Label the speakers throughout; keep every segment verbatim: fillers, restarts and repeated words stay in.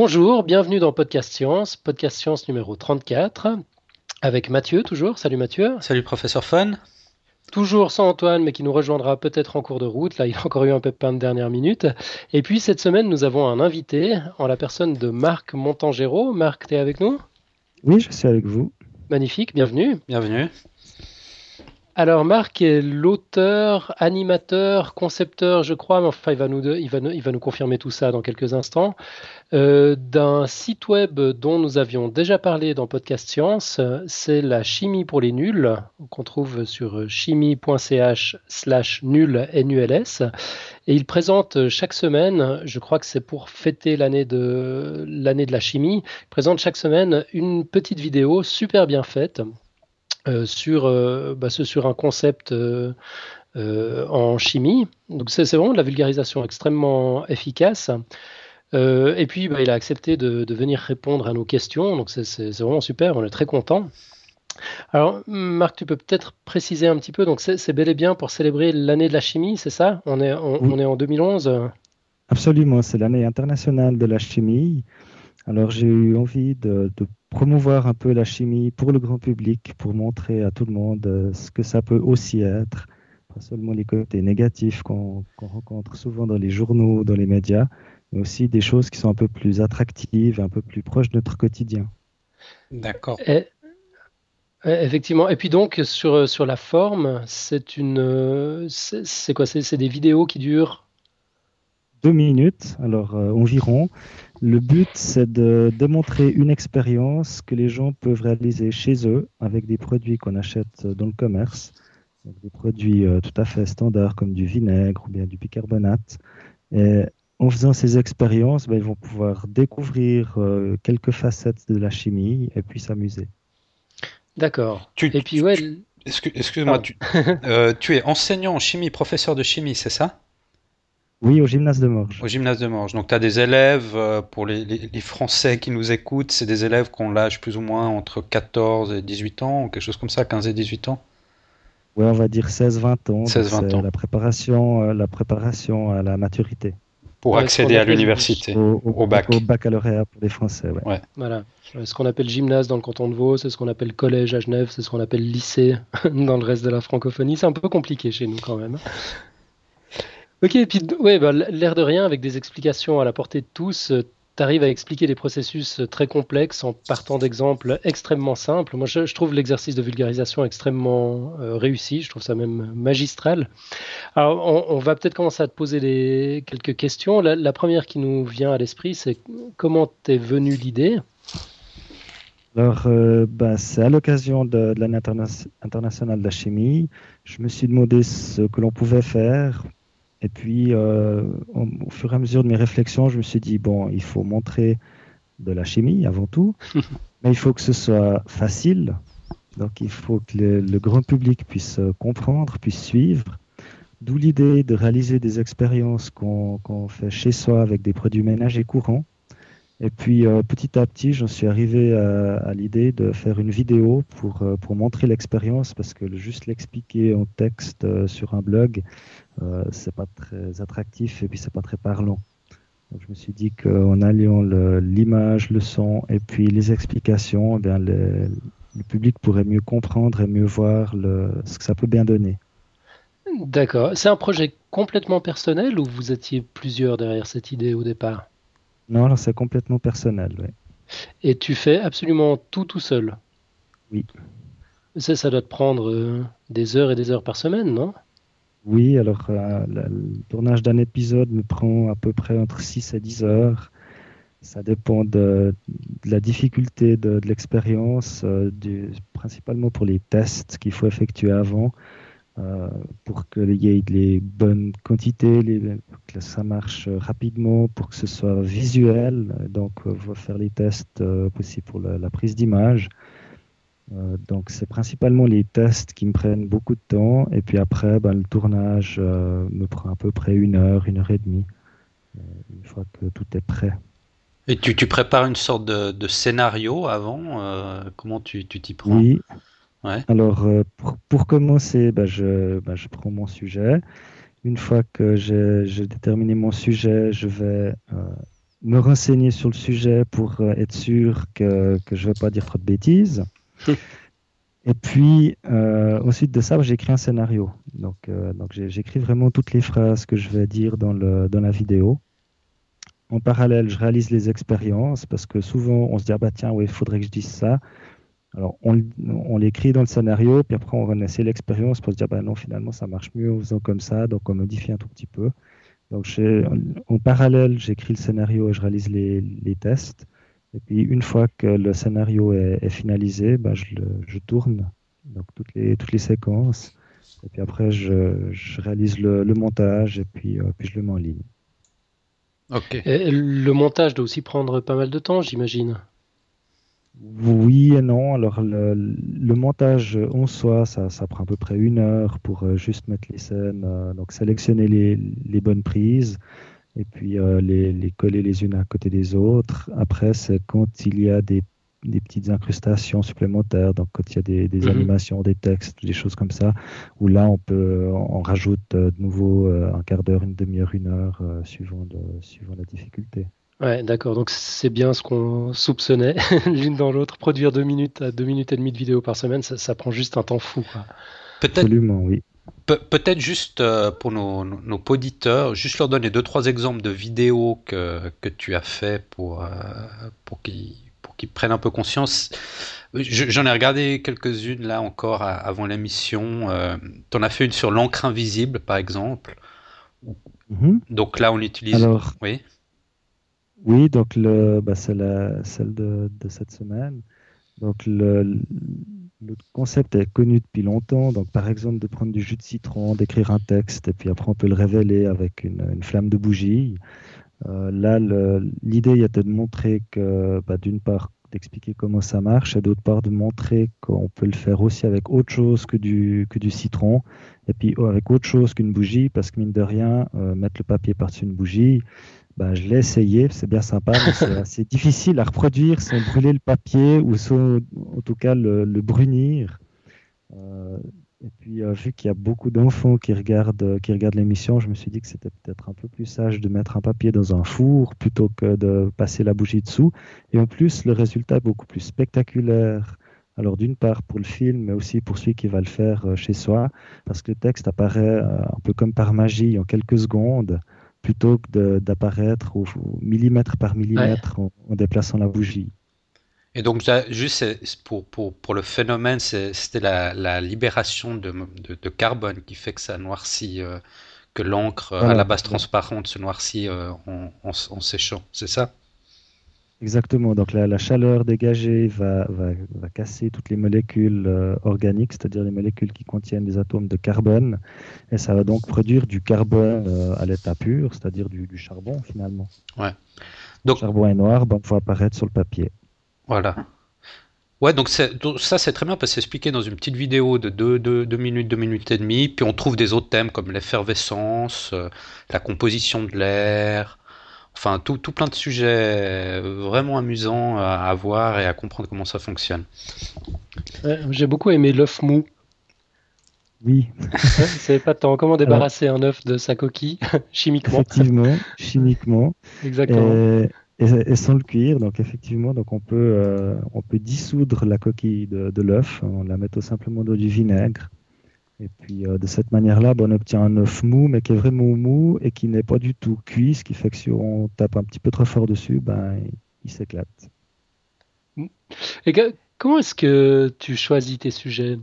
Speaker 1: Bonjour, bienvenue dans Podcast Science, Podcast Science numéro trente-quatre, avec Mathieu toujours. Salut Mathieu.
Speaker 2: Salut professeur Fun.
Speaker 1: Toujours sans Antoine, mais qui nous rejoindra peut-être en cours de route. Là, il a encore eu un pépin de dernière minute. Et puis cette semaine, nous avons un invité en la personne de Marc Montangero. Marc, tu es avec nous?
Speaker 3: Oui, je suis avec vous.
Speaker 1: Magnifique, bienvenue.
Speaker 2: Bienvenue.
Speaker 1: Alors Marc est l'auteur, animateur, concepteur, je crois, mais enfin il va nous, il va, il va nous confirmer tout ça dans quelques instants, euh, d'un site web dont nous avions déjà parlé dans Podcast Science. C'est la chimie pour les nuls, qu'on trouve sur chimie.ch slash nul, N U L S. Et il présente chaque semaine, je crois que c'est pour fêter l'année de, l'année de la chimie, il présente chaque semaine une petite vidéo super bien faite. Euh, sur, euh, bah, ce, sur un concept euh, euh, en chimie. Donc c'est, c'est vraiment de la vulgarisation extrêmement efficace. Euh, et puis bah, il a accepté de, de venir répondre à nos questions. Donc c'est, c'est, c'est vraiment super, on est très content. Alors Marc, tu peux peut-être préciser un petit peu. Donc c'est, c'est bel et bien pour célébrer l'année de la chimie, c'est ça? On est, on,
Speaker 3: Oui,
Speaker 1: on est en deux mille onze.
Speaker 3: absolument, c'est l'année internationale de la chimie. Alors j'ai eu envie de, de promouvoir un peu la chimie pour le grand public, pour montrer à tout le monde euh, ce que ça peut aussi être, pas seulement les côtés négatifs qu'on qu'on rencontre souvent dans les journaux, dans les médias, mais aussi des choses qui sont un peu plus attractives, un peu plus proches de notre quotidien.
Speaker 2: D'accord.
Speaker 1: Et, effectivement. Et puis donc sur, sur la forme, c'est une, euh, c'est, c'est quoi? C'est, c'est des vidéos qui durent.
Speaker 3: Deux minutes, alors euh, environ. Le but, c'est de démontrer une expérience que les gens peuvent réaliser chez eux avec des produits qu'on achète dans le commerce, donc des produits euh, tout à fait standards comme du vinaigre ou bien du bicarbonate. Et en faisant ces expériences, ben, ils vont pouvoir découvrir euh, quelques facettes de la chimie et puis s'amuser.
Speaker 1: D'accord.
Speaker 2: Tu,
Speaker 1: Et
Speaker 2: tu-
Speaker 1: puis ouais,
Speaker 2: tu-
Speaker 1: l-
Speaker 2: excuse- excuse-moi,
Speaker 1: pardon.
Speaker 2: tu, euh, tu es enseignant en chimie, professeur de chimie, c'est ça?
Speaker 3: Oui, au gymnase de Morges.
Speaker 2: Au gymnase de Morges. Donc tu as des élèves, euh, pour les, les- les Français qui nous écoutent, c'est des élèves qui ont l'âge plus ou moins entre quatorze et dix-huit ans, ou quelque chose comme ça, quinze et dix-huit ans?
Speaker 3: Oui, on va dire seize vingt ans, donc
Speaker 2: seize vingt
Speaker 3: c'est
Speaker 2: ans.
Speaker 3: la préparation, euh, la préparation à la maturité,
Speaker 2: Pour
Speaker 1: Ouais, ce qu'on
Speaker 2: accéder à
Speaker 1: appelle,
Speaker 2: l'université,
Speaker 3: au, au-
Speaker 2: au
Speaker 3: au
Speaker 2: bac.
Speaker 3: baccalauréat pour les Français. Ouais.
Speaker 2: Ouais.
Speaker 1: voilà, Ouais, ce qu'on appelle gymnase dans le canton de Vaud, c'est ce qu'on appelle collège à Genève, c'est ce qu'on appelle lycée dans le reste de la francophonie. C'est un peu compliqué chez nous quand même. Ok, et puis ouais, bah, l'air de rien, avec des explications à la portée de tous, tu arrives à expliquer des processus euh, très complexes en partant d'exemples extrêmement simples. Moi, je, je trouve l'exercice de vulgarisation extrêmement euh, réussi. Je trouve ça même magistral. Alors, on, on va peut-être commencer à te poser les, quelques questions. La, la première qui nous vient à l'esprit, c'est comment t'es venue l'idée?
Speaker 3: Alors, euh, bah, c'est à l'occasion de, de l'année interna- internationale de la chimie, je me suis demandé ce que l'on pouvait faire. Et puis, euh, au, au fur et à mesure de mes réflexions, je me suis dit, bon, il faut montrer de la chimie avant tout, mais il faut que ce soit facile. Donc, il faut que le, le grand public puisse euh, comprendre, puisse suivre. D'où l'idée de réaliser des expériences qu'on qu'on fait chez soi avec des produits ménagers courants. Et puis euh, petit à petit, j'en suis arrivé à, à l'idée de faire une vidéo pour, euh, pour montrer l'expérience, parce que le- juste l'expliquer en texte euh, sur un blog, euh, c'est pas très attractif et puis c'est pas très parlant. Donc, je me suis dit qu'en alliant le- l'image, le son et puis les explications, eh bien, le, le public pourrait mieux comprendre et mieux voir le, ce que ça peut bien donner.
Speaker 1: D'accord. C'est un projet complètement personnel ou vous étiez plusieurs derrière cette idée au départ?
Speaker 3: Non, alors c'est complètement personnel, ouais.
Speaker 1: Et tu fais absolument tout tout seul.
Speaker 3: Oui.
Speaker 1: Ça, ça doit te prendre euh, des heures et des heures par semaine, non?
Speaker 3: Oui, alors euh, la- le tournage d'un épisode me prend à peu près entre six et dix heures. Ça dépend de, de la difficulté de, de l'expérience, euh, du- principalement pour les tests qu'il faut effectuer avant, euh, pour qu'il y ait les bonnes quantités, les- que ça marche rapidement, pour que ce soit visuel. Donc, euh, on va faire les tests euh, aussi pour la, la prise d'image. Euh, donc, c'est principalement les tests qui me prennent beaucoup de temps. Et puis après, ben, le tournage euh, me prend à peu près une heure, une heure et demie, euh, une fois que tout est prêt.
Speaker 2: Et tu, tu prépares une sorte de, de scénario avant, euh, comment tu tu t'y prends?
Speaker 3: Oui,
Speaker 2: Ouais.
Speaker 3: alors euh, pour, pour commencer, ben, je, ben, je prends mon sujet. Une fois que j'ai j'ai déterminé mon sujet, je vais euh, me renseigner sur le sujet pour euh, être sûr que, que je ne vais pas dire trop de bêtises. Et puis, euh, ensuite de ça, j'ai écrit un scénario. Donc, euh, donc j'ai- j'écris vraiment toutes les phrases que je vais dire dans le, dans la vidéo. En parallèle, je réalise les expériences parce que souvent, on se dit, ah bah tiens, oui, il faudrait que je dise ça. Alors, on, l- on l'écrit dans le scénario, puis après, on va essayer l'expérience pour se dire, bah non, finalement, ça marche mieux en faisant comme ça, donc on modifie un tout petit peu. Donc, j'ai- en parallèle, j'écris le scénario et je réalise les, les tests. Et puis, une fois que le scénario est, est finalisé, bah, je, le- je tourne donc toutes les, toutes les séquences. Et puis après, je, je réalise le, le montage et puis, euh, puis je le mets en ligne.
Speaker 2: Ok.
Speaker 1: Et le montage doit aussi prendre pas mal de temps, j'imagine.
Speaker 3: Oui et non. Alors, le, le montage en soi, ça, ça prend à peu près une heure pour euh, juste mettre les scènes, euh, donc sélectionner les, les bonnes prises et puis euh, les, les coller les unes à côté des autres. Après, c'est quand il y a des, des petites incrustations supplémentaires, donc quand il y a des, des
Speaker 1: Mhm.
Speaker 3: animations, des textes, des choses comme ça, où là, on peut, on rajoute euh, de nouveau euh, un quart d'heure, une demi-heure, une heure, euh, suivant, le- suivant la difficulté.
Speaker 1: Ouais, d'accord. Donc c'est bien ce qu'on soupçonnait, l'une dans l'autre. Produire deux minutes à deux minutes et demie de vidéo par semaine, ça, ça prend juste un temps fou, quoi.
Speaker 2: Peut-être
Speaker 3: Absolument, oui.
Speaker 2: Pe- peut-être juste euh, pour nos, nos, nos auditeurs, juste leur donner deux, trois exemples de vidéos que, que tu as fait pour, euh, pour qu'ils pour qu'ils prennent un peu conscience. Je- J'en ai regardé quelques-unes là encore à- avant l'émission. Euh, T'en as fait une sur l'encre invisible, par exemple.
Speaker 3: Mhm.
Speaker 2: Donc là, on utilise.
Speaker 3: Alors,
Speaker 2: Oui.
Speaker 3: oui, donc le, bah, c'est la, celle de, de cette semaine. Donc le, le concept est connu depuis longtemps. Donc par exemple de prendre du jus de citron, d'écrire un texte et puis après on peut le révéler avec une, une flamme de bougie. Euh, là, le- l'idée était de montrer que, bah, d'une part, d'expliquer comment ça marche et d'autre part de montrer qu'on peut le faire aussi avec autre chose que du, que du citron et puis oh, avec autre chose qu'une bougie parce que mine de rien, euh, mettre le papier par-dessus une bougie, bah, je l'ai essayé, c'est bien sympa, mais c'est assez difficile à reproduire sans brûler le papier ou sans, en tout cas, le, le brunir. Euh, et puis, euh, vu qu'il y a beaucoup d'enfants qui regardent, euh, qui regardent l'émission, je me suis dit que c'était peut-être un peu plus sage de mettre un papier dans un four plutôt que de passer la bougie dessous. Et en plus, le résultat est beaucoup plus spectaculaire. Alors, d'une part pour le film, mais aussi pour celui qui va le faire euh, chez soi, parce que le texte apparaît euh, un peu comme par magie en quelques secondes, plutôt que de- d'apparaître au, au millimètre par
Speaker 1: Ouais.
Speaker 3: millimètre en, en déplaçant la bougie.
Speaker 2: Et donc, là, juste c'est- c'est pour, pour, pour le phénomène, c'est- c'était la, la libération de, de, de carbone qui fait que ça noircit, euh, que l'encre euh, à la
Speaker 3: Voilà.
Speaker 2: base transparente se noircit euh, en, en, en séchant. C'est ça?
Speaker 3: Exactement, donc la, la chaleur dégagée va, va, va casser toutes les molécules euh, organiques, c'est-à-dire les molécules qui contiennent des atomes de carbone, et ça va donc produire du carbone euh, à l'état pur, c'est-à-dire du, du charbon finalement.
Speaker 2: Ouais.
Speaker 3: Le
Speaker 2: Donc,
Speaker 3: charbon est noir, donc il va apparaître sur le papier.
Speaker 2: voilà. Ouais, donc, c'est- donc ça c'est très bien parce que c'est expliqué dans une petite vidéo de deux deux- deux minutes, deux minutes et demie. Puis on trouve des autres thèmes comme l'effervescence, euh, la composition de l'air, enfin tout, tout plein de sujets euh, vraiment amusants à, à voir et à comprendre comment ça fonctionne.
Speaker 1: Ouais, j'ai beaucoup aimé l'œuf mou.
Speaker 3: Oui,
Speaker 1: Ouais, c'est pas tant comment
Speaker 3: alors
Speaker 1: débarrasser un œuf de sa coquille chimiquement.
Speaker 3: effectivement, chimiquement,
Speaker 1: Exactement.
Speaker 3: et, et, et sans le cuire, donc effectivement, donc on peut, euh, on peut dissoudre la coquille de, de l'œuf, on la met tout simplement dans du vinaigre. Et puis euh, de cette manière-là, ben, on obtient un œuf mou, mais qui est vraiment mou et qui n'est pas du tout cuit, ce qui fait que si on tape un petit peu trop fort dessus, ben, il, il s'éclate.
Speaker 1: Et que- comment est-ce que tu choisis tes sujets?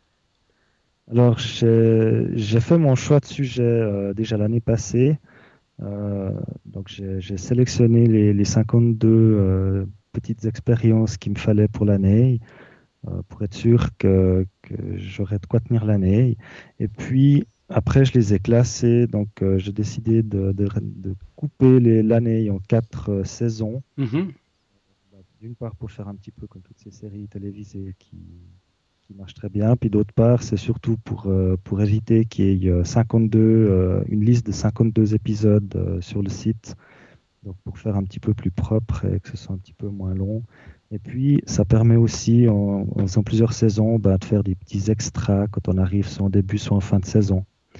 Speaker 3: Alors j'ai j'ai fait mon choix de sujet euh, déjà l'année passée. Euh, donc j'ai j'ai sélectionné les, les cinquante-deux euh, petites expériences qu'il me fallait pour l'année, euh, pour être sûr que, que j'aurais de quoi tenir l'année. Et puis, après, je les ai classés. Donc, euh, j'ai décidé de, de- de couper les- l'année en quatre euh, saisons.
Speaker 1: Mhm.
Speaker 3: Bah, d'une part, pour faire un petit peu comme toutes ces séries télévisées qui, qui marchent très bien. Puis d'autre part, c'est surtout pour, euh, pour éviter qu'il y ait euh, cinquante-deux, euh, une liste de cinquante-deux épisodes euh, sur le site. Donc pour faire un petit peu plus propre et que ce soit un petit peu moins long. Et puis ça permet aussi, en, en faisant plusieurs saisons, bah, de faire des petits extras quand on arrive soit en début, soit en fin de saison.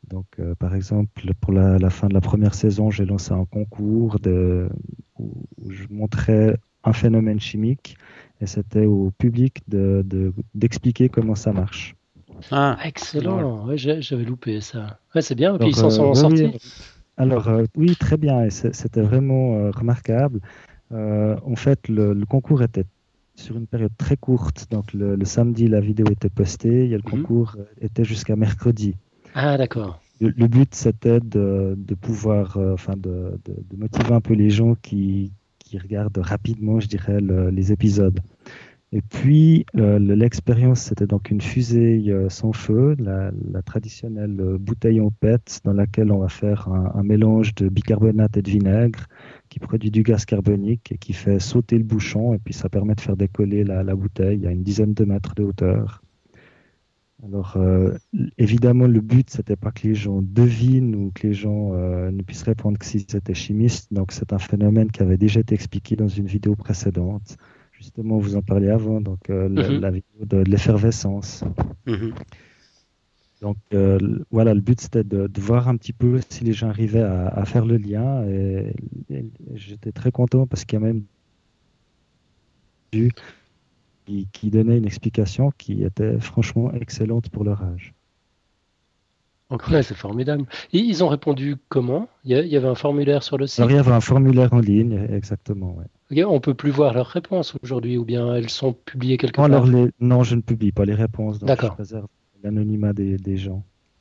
Speaker 3: Donc, euh, par exemple, pour la, la fin de la première saison, j'ai lancé un concours de, où, où je montrais un phénomène chimique et c'était au public de, de- d'expliquer comment ça marche.
Speaker 2: Ah,
Speaker 1: Ah,
Speaker 2: c'est drôle.
Speaker 1: excellent, ouais, j'ai- j'avais loupé ça. Ouais, c'est bien, et puis ils
Speaker 3: Alors,
Speaker 1: s'en
Speaker 3: euh,
Speaker 1: sont
Speaker 3: oui, oui,
Speaker 1: sortis.
Speaker 3: alors, euh, oui, très bien, et c'est- c'était vraiment euh, remarquable. Euh, en fait, le, le concours était sur une période très courte, donc le, le samedi, la vidéo était postée, et le
Speaker 1: Mhm.
Speaker 3: concours euh, était jusqu'à mercredi.
Speaker 1: Ah, d'accord.
Speaker 3: Le, le but, c'était de, de pouvoir, euh, enfin, de, de- de motiver un peu les gens qui, qui regardent rapidement, je dirais, le- les épisodes. Et puis, euh, le- l'expérience, c'était donc une fusée euh, sans feu, la, la traditionnelle euh, bouteille en P E T dans laquelle on va faire un, un mélange de bicarbonate et de vinaigre qui produit du gaz carbonique et qui fait sauter le bouchon. Et puis, ça permet de faire décoller la, la bouteille à une dizaine de mètres de hauteur. Alors, euh, évidemment, le but, c'était pas que les gens devinent ou que les gens euh, ne puissent répondre que si c'était chimiste. Donc, c'est un phénomène qui avait déjà été expliqué dans une vidéo précédente. Justement, vous en parliez avant, donc euh, la,
Speaker 1: Mhm.
Speaker 3: la vidéo de, de l'effervescence.
Speaker 2: Mhm.
Speaker 3: Donc, euh, l- voilà, le but, c'était de, de voir un petit peu si les gens arrivaient à, à faire le lien. Et, et j'étais très content parce qu'il y a même vu qui, qui donnait une explication qui était franchement excellente pour leur âge.
Speaker 2: Ok.
Speaker 1: Ouais, c'est formidable. Et ils ont répondu comment? Il y, a- il y avait un formulaire sur le
Speaker 3: Alors, il y
Speaker 1: site.
Speaker 3: avait un formulaire en ligne, exactement, ouais.
Speaker 1: Ok, on peut plus voir leurs réponses aujourd'hui, ou bien elles sont publiées quelque
Speaker 3: Non, alors
Speaker 1: part.
Speaker 3: les... non, je ne publie pas les réponses, donc je
Speaker 1: D'accord.
Speaker 3: préserve l'anonymat des, des gens.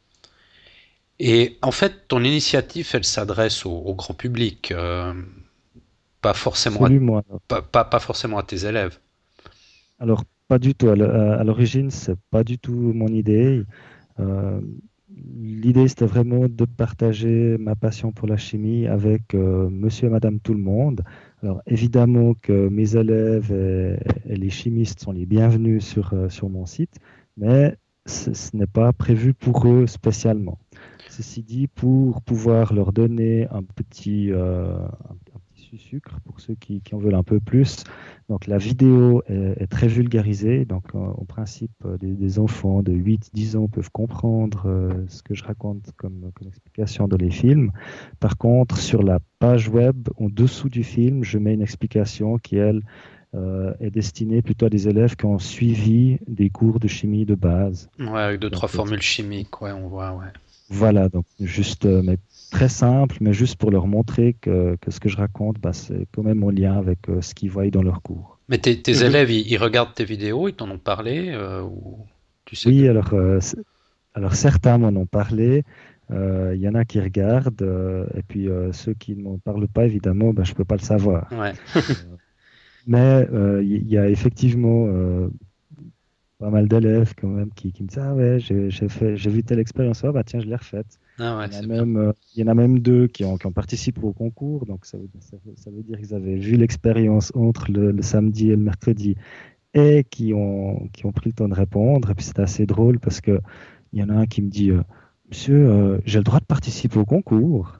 Speaker 2: Et en fait, ton initiative, elle s'adresse au, au grand public, euh, pas forcément à,
Speaker 3: Absolument.
Speaker 2: pas, pas, pas forcément à tes élèves.
Speaker 3: Alors, pas du tout. À l- à- à l'origine, c'est pas du tout mon idée. Euh, L'idée, c'était vraiment de partager ma passion pour la chimie avec euh, monsieur et madame tout le monde. Alors, évidemment que mes élèves et, et les chimistes sont les bienvenus sur, euh, sur mon site, mais ce, ce n'est pas prévu pour eux spécialement. Ceci dit, pour pouvoir leur donner un petit, euh, un, un petit sucre pour ceux qui, qui en veulent un peu plus, donc la vidéo est, est très vulgarisée. Donc euh, en principe, euh, des, des enfants de huit dix ans peuvent comprendre euh, ce que je raconte comme, comme explication dans les films. Par contre, sur la page web, en dessous du film, je mets une explication qui, elle, euh, est destinée plutôt à des élèves qui ont suivi des cours de chimie de base.
Speaker 2: Ouais, avec deux,
Speaker 3: Donc
Speaker 2: trois
Speaker 3: euh,
Speaker 2: formules chimiques, ouais, on voit, ouais.
Speaker 3: voilà, donc juste, euh, mais très simple, mais juste pour leur montrer que, que ce que je raconte, bah, c'est quand même en lien avec euh, ce qu'ils voient dans leurs cours.
Speaker 2: Mais tes, tes
Speaker 1: Mhm.
Speaker 2: élèves, ils, ils regardent tes vidéos, ils t'en ont parlé, euh, ou tu sais
Speaker 3: Oui,
Speaker 2: de...
Speaker 3: alors, euh, c- alors certains m'en ont parlé, euh, il y en a qui regardent, euh, et puis euh, ceux qui ne m'en parlent pas, évidemment, ben, je ne peux pas le savoir.
Speaker 2: Ouais,
Speaker 3: Euh, mais euh, il y, y a effectivement euh, pas mal d'élèves quand même qui, qui me disent, ah ouais, j'ai j'ai fait, j'ai vu telle expérience, ah bah tiens, je l'ai refaite.
Speaker 2: ah ouais,
Speaker 3: Il y en a
Speaker 2: c'est bien.
Speaker 3: même, euh, il y en a même deux qui ont, qui ont participé au concours, donc ça veut, ça veut- ça veut dire qu'ils avaient vu l'expérience entre le, le samedi et le mercredi et qui ont, qui ont pris le temps de répondre. Et puis c'était assez drôle parce que il y en a un qui me dit, euh, Monsieur, euh, j'ai le droit de participer au concours.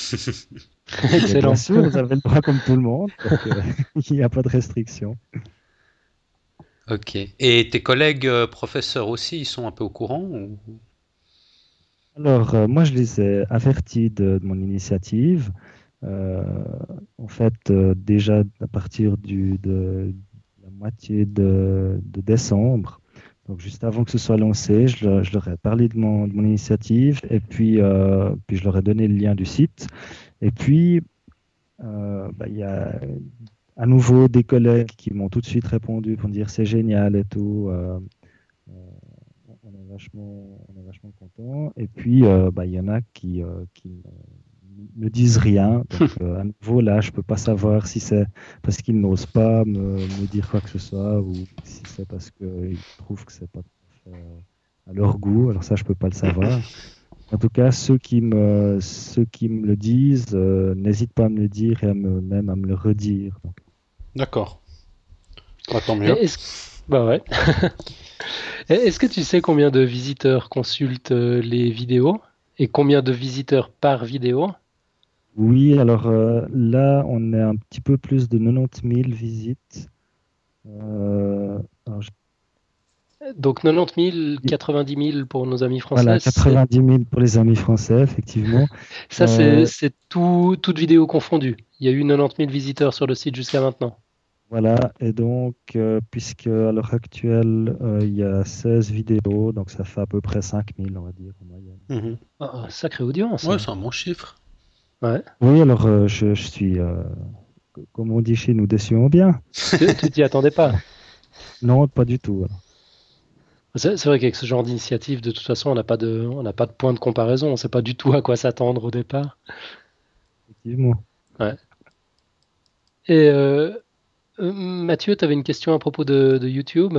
Speaker 3: Je dis, mais bien
Speaker 1: Excellent.
Speaker 3: sûr, vous avez le droit comme tout le monde, donc euh, il n'y a pas de restriction.
Speaker 2: Ok. Et tes collègues euh, professeurs aussi, ils sont un peu au courant ou...
Speaker 3: Alors, euh, moi, je les ai avertis de, de mon initiative. Euh, En fait, euh, déjà à partir du, de la moitié de, de décembre, donc juste avant que ce soit lancé, je, leur je leur ai parlé de mon, de mon initiative et puis, euh, puis je leur ai donné le lien du site. Et puis, euh, bah, il y a à nouveau des collègues qui m'ont tout de suite répondu pour me dire c'est génial et tout. euh, euh, on est vachement, on est vachement content. Et puis, euh, bah, il y en a qui, euh, qui ne me disent rien. Donc, euh, à nouveau, là, je peux pas savoir si c'est parce qu'ils n'osent pas me, me dire quoi que ce soit ou si c'est parce qu'ils trouvent que c'est pas tout à fait, euh, à leur goût. Alors ça, je peux pas le savoir. En tout cas, ceux qui me, ceux qui me le disent, euh, n'hésitent pas à me le dire et à me, même à me le redire. Donc,
Speaker 2: D'accord. Bah, tant
Speaker 1: Et
Speaker 2: mieux.
Speaker 1: Est-ce bah ouais. Et Est-ce que tu sais combien de visiteurs consultent euh, les vidéos et combien de visiteurs par vidéo?
Speaker 3: oui, alors euh, là, on est un petit peu plus de quatre-vingt-dix mille visites. Euh, alors,
Speaker 1: Donc quatre-vingt-dix mille, quatre-vingt-dix mille pour nos amis français.
Speaker 3: Voilà,
Speaker 1: c'est-
Speaker 3: quatre-vingt-dix mille pour les amis français, effectivement.
Speaker 1: Ça, c'est
Speaker 3: Euh,
Speaker 1: c'est tout, toute vidéo confondue. Il y a eu quatre-vingt-dix mille visiteurs sur le site jusqu'à maintenant.
Speaker 3: Voilà, et donc, euh, puisque à l'heure actuelle, euh, il y a seize vidéos, donc ça fait à peu près cinq mille, on va dire, en moyenne.
Speaker 2: Mhm.
Speaker 1: Ah, sacrée audience.
Speaker 2: Ouais,
Speaker 1: hein.
Speaker 2: c'est un bon chiffre.
Speaker 1: Ouais.
Speaker 3: Oui, alors euh, je, je suis, euh, c- comme on dit chez nous, déçu en bien.
Speaker 1: Tu tu t'y attendais pas.
Speaker 3: Non, pas du tout.
Speaker 1: C'est c'est vrai qu'avec ce genre d'initiative, de toute façon, on n'a pas de, on n'a pas de point de comparaison. On ne sait pas du tout à quoi s'attendre au départ.
Speaker 3: Effectivement.
Speaker 1: Ouais. Et euh, euh, Mathieu, tu avais une question à propos de, de YouTube.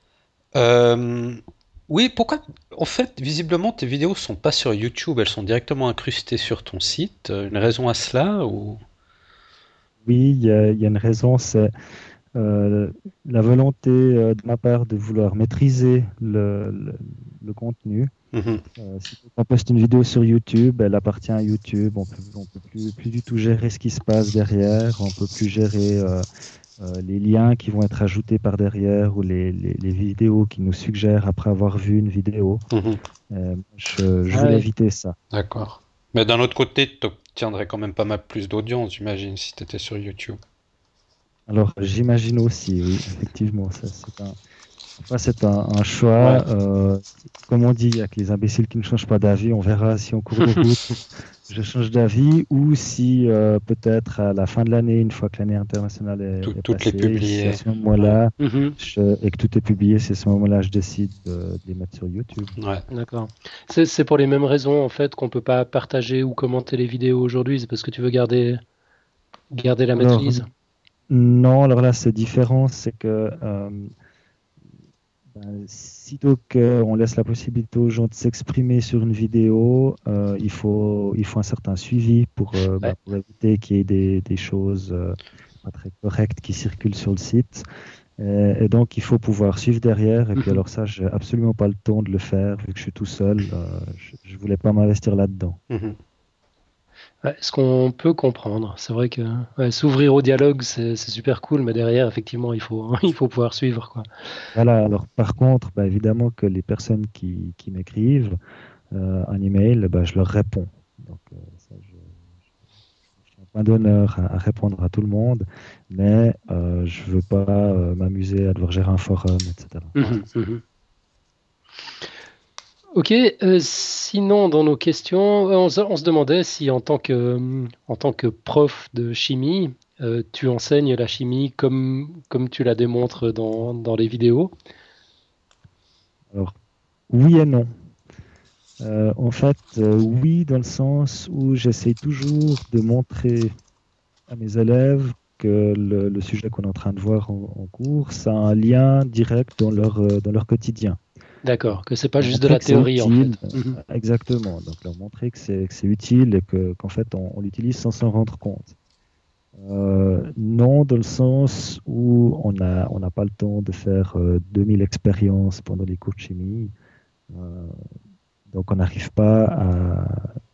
Speaker 2: Euh, Oui, pourquoi? En fait, visiblement, tes vidéos sont pas sur YouTube, elles sont directement incrustées sur ton site. Euh, Une raison à cela ou...
Speaker 3: Oui, il y a, il y a une raison, c'est euh, la volonté euh, de ma part de vouloir maîtriser le, le- le contenu.
Speaker 2: Mhm.
Speaker 3: Euh, si on poste une vidéo sur YouTube, elle appartient à YouTube. On peut, on peut plus, plus du tout gérer ce qui se passe derrière. On peut plus gérer euh, euh, les liens qui vont être ajoutés par derrière ou les, les- les vidéos qui nous suggèrent après avoir vu une vidéo.
Speaker 2: Mhm.
Speaker 3: Euh, je, je
Speaker 1: Ah
Speaker 3: voulais
Speaker 1: ouais.
Speaker 3: éviter ça.
Speaker 2: D'accord. Mais d'un autre côté, tu obtiendrais quand même pas mal plus d'audience, j'imagine, si tu étais sur YouTube.
Speaker 3: Alors, j'imagine aussi, oui, effectivement, ça, c'est un, enfin, c'est un, un
Speaker 1: Ouais.
Speaker 3: choix. Euh, comme on dit, avec les imbéciles qui ne changent pas d'avis, on verra si en cours de route je change d'avis ou si euh, peut-être à la fin de l'année, une fois que l'année internationale est,
Speaker 2: Tout-
Speaker 3: est
Speaker 2: toutes les
Speaker 3: passée, si à
Speaker 2: publier.
Speaker 3: ce moment-là,
Speaker 1: Mhm.
Speaker 3: je- et que tout est publié, c'est à ce moment-là que je décide de, de les mettre sur YouTube.
Speaker 2: Ouais.
Speaker 1: D'accord. C'est c'est pour les mêmes raisons en fait qu'on peut pas partager ou commenter les vidéos aujourd'hui. C'est parce que tu veux garder garder la
Speaker 3: Alors,
Speaker 1: maîtrise.
Speaker 3: non, alors là, c'est différent, c'est que euh, ben, sitôt qu'on laisse la possibilité aux gens de s'exprimer sur une vidéo, euh, il faut, il faut un certain suivi pour, euh, ben,
Speaker 1: Ouais.
Speaker 3: pour éviter qu'il y ait des, des choses euh, pas très correctes qui circulent sur le site. Et, et donc, il faut pouvoir suivre derrière. Et puis,
Speaker 1: Mhm.
Speaker 3: alors ça, j'ai absolument pas le temps de le faire vu que je suis tout seul. euh, je, ne voulais pas m'investir là-dedans.
Speaker 2: Mhm.
Speaker 1: Ouais, ce qu'on peut comprendre, c'est vrai que ouais, s'ouvrir au dialogue, c'est c'est super cool, mais derrière, effectivement, il faut il faut pouvoir suivre quoi.
Speaker 3: Voilà. Alors, par contre, ben, évidemment que les personnes qui, qui m'écrivent euh, un email, ben, je leur réponds. Donc, euh, ça, je, je suis un point d'honneur à, à répondre à tout le monde, mais euh, je veux pas euh, m'amuser à devoir gérer un forum, et cetera.
Speaker 1: Mhm, mhm. Ok, euh, sinon dans nos questions, euh, on, se on se demandait si en tant que, euh, en tant que prof de chimie, euh, tu enseignes la chimie comme, comme tu la démontres dans, dans les vidéos.
Speaker 3: Alors, oui et non. Euh, en fait, euh, oui, dans le sens où j'essaie toujours de montrer à mes élèves que le, le sujet qu'on est en train de voir en, en cours, ça a un lien direct dans leur, euh, dans leur quotidien.
Speaker 1: D'accord, que c'est pas
Speaker 3: Leur
Speaker 1: juste de
Speaker 3: montrer
Speaker 1: la
Speaker 3: que c'est
Speaker 1: théorie en
Speaker 3: utile,
Speaker 1: fait. Mhm.
Speaker 3: euh, exactement. Donc leur montrer que c'est que c'est utile et que, qu'en fait on, on l'utilise sans s'en rendre compte. Euh, non, dans le sens où on a, on n'a pas le temps de faire euh, deux mille expériences pendant les cours de chimie. Euh, donc on n'arrive pas à,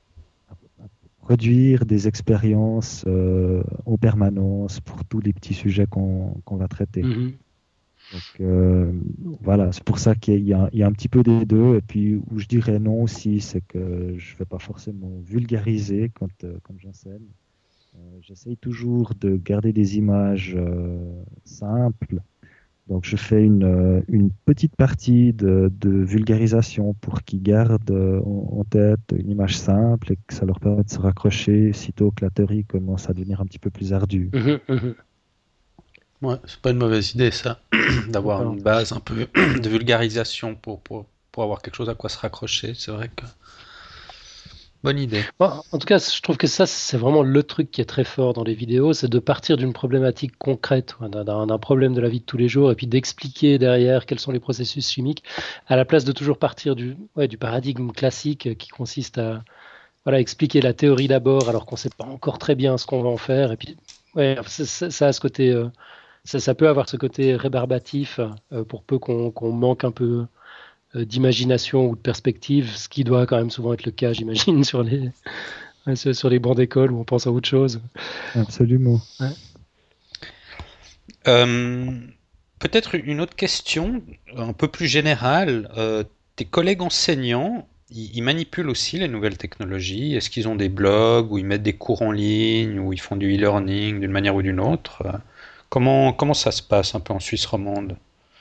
Speaker 3: produire des expériences euh, en permanence pour tous les petits sujets qu'on qu'on va traiter.
Speaker 1: Mhm.
Speaker 3: Donc euh, voilà, c'est pour ça qu'il y, a- il y a un petit peu des deux. Et puis où je dirais non aussi, c'est que je ne vais pas forcément vulgariser quand, euh, quand j'enseigne. Euh, J'essaye toujours de garder des images euh, simples. Donc je fais une, euh, une petite partie de, de vulgarisation pour qu'ils gardent euh, en, en tête une image simple et que ça leur permette de se raccrocher sitôt que la théorie commence à devenir un petit peu plus ardue.
Speaker 1: Mhm, mhm.
Speaker 2: Ouais, c'est pas une mauvaise idée ça, d'avoir
Speaker 1: D'accord.
Speaker 2: une base un peu de vulgarisation pour, pour, pour avoir quelque chose à quoi se raccrocher. C'est vrai que bonne idée.
Speaker 1: Bon, en tout cas, je trouve que ça, c'est vraiment le truc qui est très fort dans les vidéos, c'est de partir d'une problématique concrète, ouais, d'un d'un- d'un problème de la vie de tous les jours, et puis d'expliquer derrière quels sont les processus chimiques, à la place de toujours partir du, ouais, du paradigme classique euh, qui consiste à voilà, expliquer la théorie d'abord, alors qu'on ne sait pas encore très bien ce qu'on va en faire. Et puis, ouais, ça, ça- ça a ce côté, euh, ça, ça peut avoir ce côté rébarbatif, euh, pour peu qu'on qu'on manque un peu euh, d'imagination ou de perspective, ce qui doit quand même souvent être le cas, j'imagine, sur les, ouais, sur sur les bancs d'école où on pense à autre chose.
Speaker 3: Absolument.
Speaker 1: Ouais.
Speaker 2: Euh, peut-être une autre question, un peu plus générale. Euh, tes collègues enseignants, ils, ils manipulent aussi les nouvelles technologies. Est-ce qu'ils ont des blogs où ils mettent des cours en ligne, où ils font du e-learning d'une manière ou d'une autre? Euh, Comment, comment ça se passe un peu en Suisse romande?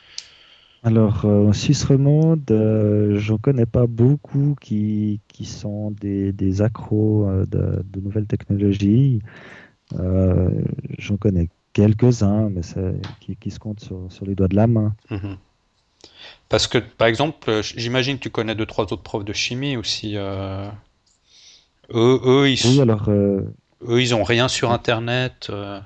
Speaker 3: Alors, euh, en Suisse romande, euh, j'en connais pas beaucoup qui, qui sont des, des accros euh, de, de nouvelles technologies. Euh, J'en connais quelques-uns, mais c'est- qui, qui se comptent sur, sur les doigts de la main.
Speaker 2: Mhm. Parce que, par exemple, euh, j'imagine que tu connais deux, trois autres profs de chimie aussi. euh, Eux, eux, ils,
Speaker 3: Oui,
Speaker 2: s-
Speaker 3: alors, euh,
Speaker 2: eux, ils ont rien sur Internet. euh.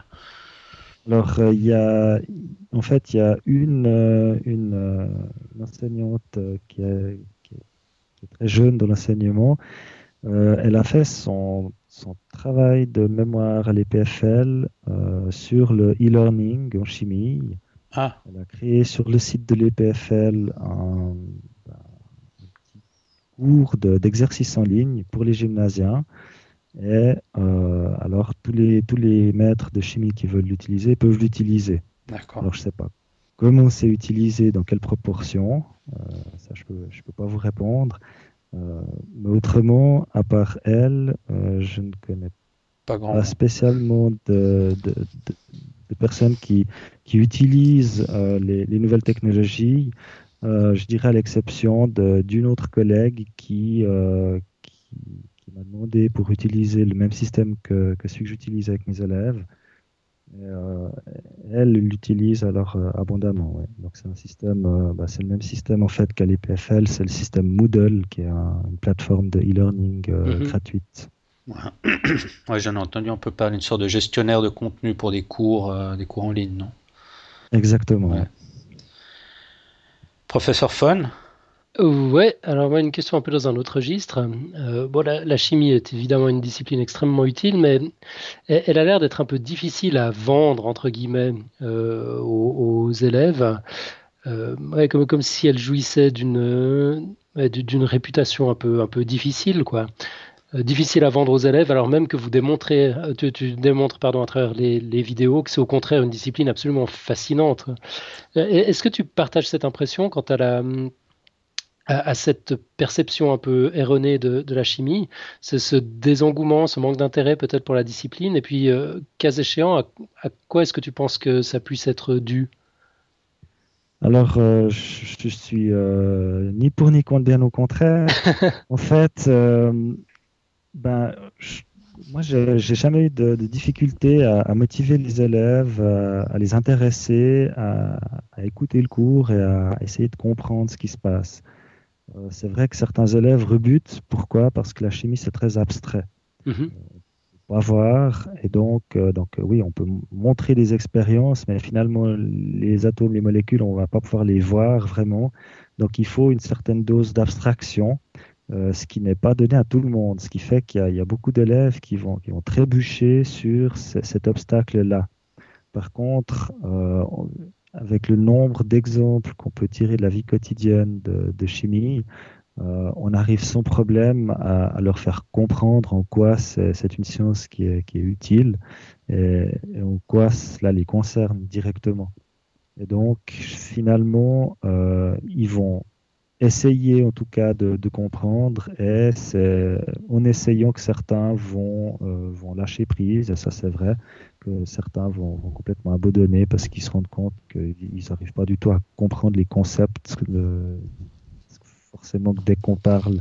Speaker 3: alors euh, il y a, en fait, il y a une, euh, une, euh, une enseignante euh, qui est, qui est- qui est très jeune dans l'enseignement. Euh, elle a fait son, son travail de mémoire à l'E P F L euh, sur le e-learning en chimie.
Speaker 2: Ah,
Speaker 3: Elle a créé sur le site de l'E P F L un, un petit cours de- d'exercice en ligne pour les gymnasiens. Et euh, alors, tous les, tous les maîtres de chimie qui veulent l'utiliser peuvent l'utiliser.
Speaker 2: d'accord.
Speaker 3: Alors, je ne sais pas comment c'est utilisé, dans quelle proportion. Euh, ça, je ne peux, je peux pas vous répondre. Euh, mais autrement, à part elle, euh, je ne connais
Speaker 2: Pas grand
Speaker 3: pas
Speaker 2: monde.
Speaker 3: spécialement de, de- de- de personnes qui, qui utilisent euh, les, les nouvelles technologies. Euh, je dirais à l'exception de- d'une autre collègue qui, euh, qui, qui m'a demandé pour utiliser le même système que, que celui que j'utilise avec mes élèves. Et, euh, elle l'utilise alors euh, abondamment. Ouais. Donc c'est un système, euh, bah, c'est le même système en fait qu'à l'E P F L, c'est le système Moodle qui est un- une plateforme de e-learning euh,
Speaker 1: Mhm.
Speaker 3: gratuite.
Speaker 2: Ouais, ouais, j'en ai entendu un peu parler, une sorte de gestionnaire de contenu pour des cours, euh, des cours en ligne, non?
Speaker 3: Exactement.
Speaker 2: Ouais.
Speaker 3: Ouais.
Speaker 2: Professeur Fun?
Speaker 1: Ouais, alors moi une question un peu dans un autre registre. Euh, bon, la, la chimie est évidemment une discipline extrêmement utile, mais elle, elle a l'air d'être un peu difficile à vendre, entre guillemets, euh, aux, aux élèves. Euh, ouais, comme, comme si elle jouissait d'une euh, ouais, d'une d'une réputation un peu, un peu difficile, quoi. Euh, difficile à vendre aux élèves, alors même que vous démontrez, euh, tu, tu démontres, pardon, à travers les, les vidéos que c'est au contraire une discipline absolument fascinante. Euh, Est-ce que tu partages cette impression quant à la, à, à cette perception un peu erronée de, de la chimie, c'est ce désengouement, ce manque d'intérêt peut-être pour la discipline, et puis, euh, cas échéant, à, à quoi est-ce que tu penses que ça puisse être dû?
Speaker 3: Alors, euh, je, je suis euh, ni pour ni contre, bien au contraire. En fait, euh, ben, je- moi, j'ai j'ai jamais eu de, de difficulté à, à motiver les élèves, à, à les intéresser, à, à écouter le cours et à essayer de comprendre ce qui se passe. Euh, c'est vrai que certains élèves rebutent. Pourquoi? Parce que la chimie, c'est très abstrait.
Speaker 1: Mhm,
Speaker 3: Pas voir. Et donc, euh, donc euh, oui, on peut m- montrer des expériences, mais finalement, les atomes, les molécules, on va pas pouvoir les voir vraiment. Donc, il faut une certaine dose d'abstraction, euh, ce qui n'est pas donné à tout le monde. Ce qui fait qu'il y a, il y a beaucoup d'élèves qui vont, qui vont trébucher sur ce- cet obstacle-là. Par contre, euh, on- avec le nombre d'exemples qu'on peut tirer de la vie quotidienne de, de chimie, euh, on arrive sans problème à, à leur faire comprendre en quoi c'est c'est une science qui est, qui est utile et, et en quoi cela les concerne directement. Et donc, finalement, euh, ils vont essayer en tout cas de, de comprendre et c'est en essayant que certains vont, euh, vont lâcher prise, et ça c'est vrai, que certains vont, vont complètement abandonner parce qu'ils se rendent compte qu'ils n'arrivent pas du tout à comprendre les concepts de, forcément que dès qu'on parle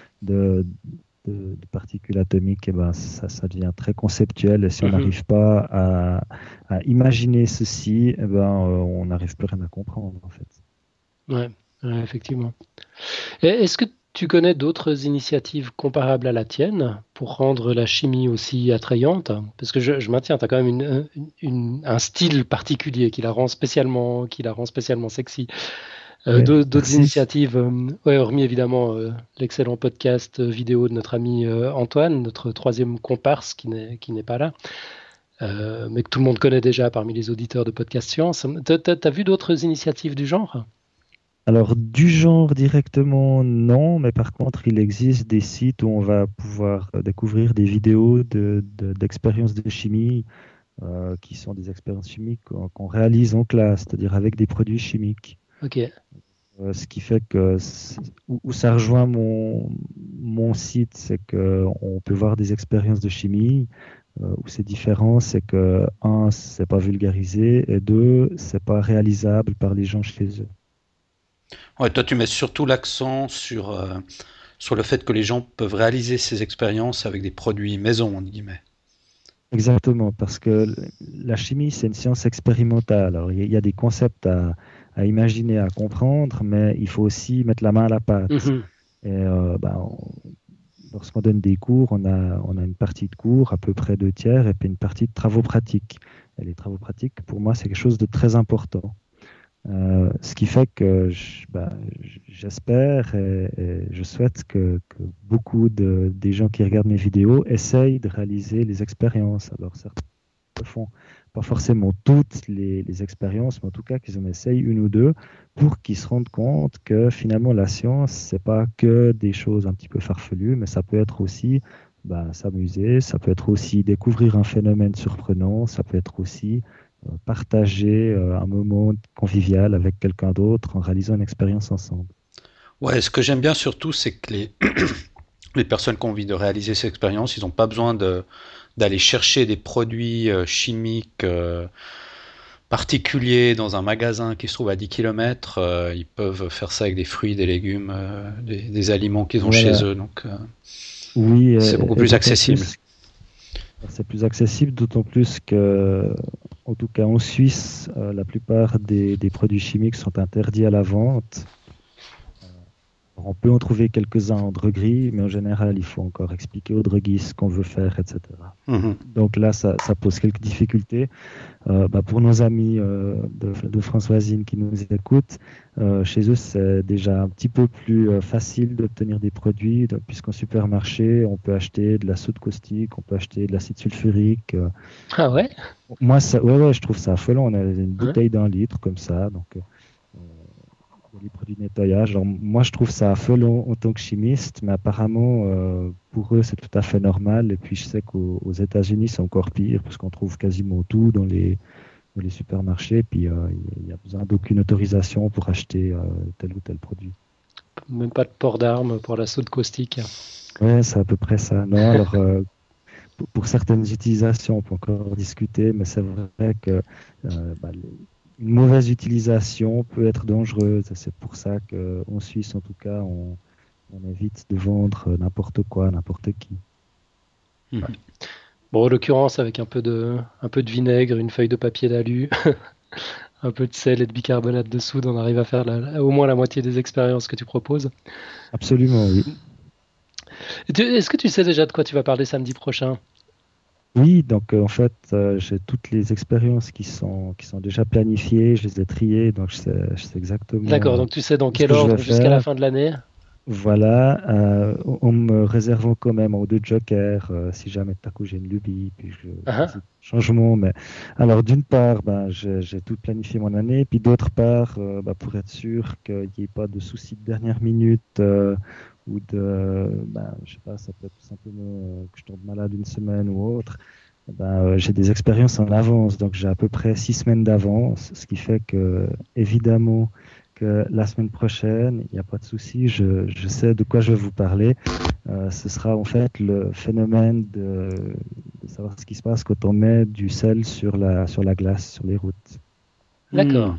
Speaker 3: de, de, de particules atomiques, eh ben, ça, ça devient très conceptuel. Et si on
Speaker 1: mhm.
Speaker 3: n'arrive pas à, à imaginer ceci, eh ben, euh, on n'arrive plus rien à comprendre, en fait.
Speaker 1: Ouais, ouais, effectivement. Et est-ce que tu connais d'autres initiatives comparables à la tienne pour rendre la chimie aussi attrayante? Parce que je, je maintiens, tu as quand même une, une- une- un style particulier qui la rend spécialement, qui la rend spécialement sexy. Euh,
Speaker 3: Oui,
Speaker 1: d'au- d'autres
Speaker 3: merci.
Speaker 1: initiatives, euh, ouais, hormis évidemment euh, l'excellent podcast euh, vidéo de notre ami euh, Antoine, notre troisième comparse qui n'est qui n'est pas là, euh, mais que tout le monde connaît déjà parmi les auditeurs de Podcast Science. T'as, t'as- t'as vu d'autres initiatives du genre?
Speaker 3: Alors, du genre directement, non, mais par contre, il existe des sites où on va pouvoir euh, découvrir des vidéos de, de- d'expériences de chimie. euh, qui sont des expériences chimiques qu'on, qu'on réalise en classe, c'est-à-dire avec des produits chimiques.
Speaker 1: Ok.
Speaker 3: Euh, ce qui fait que c'est- où, où ça rejoint mon, mon site, c'est qu'on peut voir des expériences de chimie. Euh, où c'est différent, c'est que, un, c'est pas vulgarisé, et deux, c'est pas réalisable par les gens chez eux.
Speaker 2: Ouais, toi, tu mets surtout l'accent sur, euh, sur le fait que les gens peuvent réaliser ces expériences avec des produits maison, entre guillemets.
Speaker 3: Exactement, parce que la chimie, c'est une science expérimentale. Alors, il y a il y a des concepts à, à imaginer, à comprendre, mais il faut aussi mettre la main à la pâte.
Speaker 1: Mhm.
Speaker 3: Et euh, ben, on- lorsqu'on donne des cours, on a, on a une partie de cours, à peu près deux tiers, et puis une partie de travaux pratiques. Et les travaux pratiques, pour moi, c'est quelque chose de très important. Euh, ce qui fait que je- bah, j- j'espère et, et je souhaite que, que beaucoup de, des gens qui regardent mes vidéos essayent de réaliser les expériences. Alors, certains le font pas forcément toutes les, les expériences, mais en tout cas qu'ils en essayent une ou deux pour qu'ils se rendent compte que finalement la science, c'est pas que des choses un petit peu farfelues, mais ça peut être aussi bah, s'amuser, ça peut être aussi découvrir un phénomène surprenant, ça peut être aussi euh, partager euh, un moment convivial avec quelqu'un d'autre en réalisant une expérience ensemble.
Speaker 2: Ouais, ce que j'aime bien surtout, c'est que les, les personnes qui ont envie de réaliser ces expériences, ils n'ont pas besoin de, d'aller chercher des produits euh, chimiques euh, particuliers dans un magasin qui se trouve à dix kilomètres. Euh, ils peuvent faire ça avec des fruits, des légumes, euh, des, des aliments qu'ils ont chez
Speaker 3: Voilà.
Speaker 2: eux. Donc, euh,
Speaker 3: Oui,
Speaker 2: c'est
Speaker 3: et,
Speaker 2: beaucoup
Speaker 3: et
Speaker 2: plus
Speaker 3: d'autant
Speaker 2: accessible.
Speaker 3: plus c'est plus accessible, d'autant plus que, en tout cas en Suisse, euh, la plupart des, des produits chimiques sont interdits à la vente. Alors, on peut en trouver quelques-uns en droguerie, mais en général, il faut encore expliquer au droguiste ce qu'on veut faire, et cetera.
Speaker 2: Mhm.
Speaker 3: Donc là, ça, ça pose quelques difficultés. Euh, bah, pour nos amis euh, de, de Françoisine qui nous écoutent, euh, chez eux, c'est déjà un petit peu plus euh, facile d'obtenir des produits, donc, puisqu'en supermarché, on peut acheter de la soude caustique, on peut acheter de l'acide sulfurique. euh.
Speaker 1: Ah ouais?
Speaker 3: Moi, ça, ouais, ouais, je trouve ça affolant. On a une
Speaker 1: Hein.
Speaker 3: bouteille d'un litre comme ça, donc euh, il y a les produits de nettoyage. Alors, moi, je trouve ça affolant en tant que chimiste, mais apparemment, euh, pour eux, c'est tout à fait normal. Et puis, je sais qu'aux aux États-Unis, c'est encore pire, parce qu'on trouve quasiment tout dans les dans les supermarchés, puis euh, il n'y a besoin d'aucune autorisation pour acheter euh, tel ou tel produit.
Speaker 1: Même pas de port d'armes pour la soude caustique.
Speaker 3: Ouais, c'est à peu près ça. Non, alors euh, pour, pour certaines utilisations, on peut encore discuter, mais c'est vrai que euh, bah, les- une mauvaise utilisation peut être dangereuse. C'est pour ça qu'en Suisse, en tout cas, on, on évite de vendre n'importe quoi, n'importe qui.
Speaker 2: Mhm.
Speaker 1: Bon, en l'occurrence, avec un peu de, un peu de vinaigre, une feuille de papier d'alu, un peu de sel et de bicarbonate de soude, on arrive à faire la- au moins la moitié des expériences que tu proposes.
Speaker 3: Absolument, oui.
Speaker 1: Et tu- Est-ce que tu sais déjà de quoi tu vas parler samedi prochain?
Speaker 3: Oui, donc euh, en fait, euh, j'ai toutes les expériences qui sont, qui sont déjà planifiées, je les ai triées, donc je sais, je sais
Speaker 1: D'accord,
Speaker 3: exactement euh,
Speaker 1: donc tu sais dans
Speaker 3: tout ce
Speaker 1: quel
Speaker 3: que je vais
Speaker 1: ordre jusqu'à la
Speaker 3: faire.
Speaker 1: fin de l'année?
Speaker 3: Voilà, euh, en en me réservant quand même un ou deux jokers, euh, si jamais tout à coup j'ai une lubie, puis je
Speaker 1: Ah,
Speaker 3: décide de changement. Mais alors, d'une part, ben, j'ai j'ai tout planifié mon année, puis d'autre part, euh, ben, pour être sûr qu'il n'y ait pas de soucis de dernière minute euh, ou de, ben, je sais pas, ça peut être tout simplement euh, que je tombe malade une semaine ou autre. Ben, euh, j'ai des expériences en avance, donc j'ai à peu près six semaines d'avance, ce qui fait que, évidemment, que la semaine prochaine, il n'y a pas de souci, je, je sais de quoi je vais vous parler. Euh, ce sera en fait le phénomène de, de savoir ce qui se passe quand on met du sel sur la, sur la glace, sur les routes.
Speaker 1: d'accord,
Speaker 2: Mhm.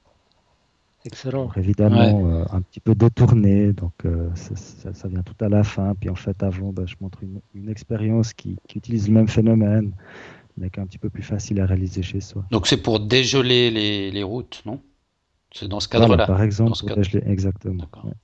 Speaker 1: excellent.
Speaker 3: Alors
Speaker 2: Ouais.
Speaker 3: évidemment, euh, un petit peu détourné, donc euh, ça, ça- ça vient tout à la fin. Puis en fait, avant, ben, je montre une, une expérience qui, qui utilise le même phénomène, mais qui est un petit peu plus facile à réaliser chez soi.
Speaker 2: Donc c'est pour dégeler les, les routes, non? C'est dans ce
Speaker 3: Voilà,
Speaker 2: cadre-là.
Speaker 3: par
Speaker 2: Dans
Speaker 3: exemple,
Speaker 2: ce
Speaker 3: pour
Speaker 2: cadre.
Speaker 3: dégeler, exactement.
Speaker 2: D'accord.
Speaker 3: Ouais.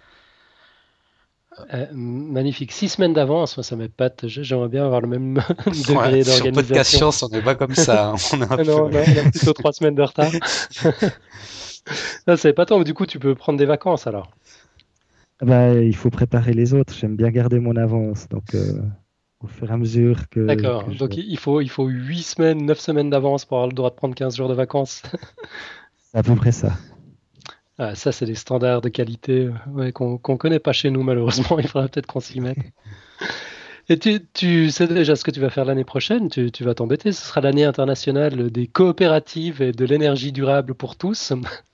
Speaker 1: Euh, magnifique, six semaines d'avance, moi ça m'épate. J'ai- J'aimerais bien avoir le même
Speaker 2: Ouais,
Speaker 1: degré
Speaker 2: sur Podcast
Speaker 1: d'organisation.
Speaker 2: Science, on n'est pas comme ça, hein. On est un
Speaker 1: Ah non,
Speaker 2: peu.
Speaker 1: on a, on a plutôt trois semaines de retard. Non, c'est pas tant, mais du coup tu peux prendre des vacances alors.
Speaker 3: Bah, il faut préparer les autres. J'aime bien garder mon avance. Donc, euh, au fur et à mesure que, que
Speaker 1: D'accord,
Speaker 3: je...
Speaker 1: donc il faut, il faut huit semaines, neuf semaines d'avance pour avoir le droit de prendre quinze jours de vacances.
Speaker 3: C'est à peu près ça.
Speaker 1: Ah, ça, c'est des standards de qualité euh, ouais, qu'on qu'on connaît pas chez nous, malheureusement. Il faudra peut-être qu'on s'y mette. Et tu, tu sais déjà ce que tu vas faire l'année prochaine, tu, tu vas t'embêter, ce sera l'année internationale des coopératives et de l'énergie durable pour tous.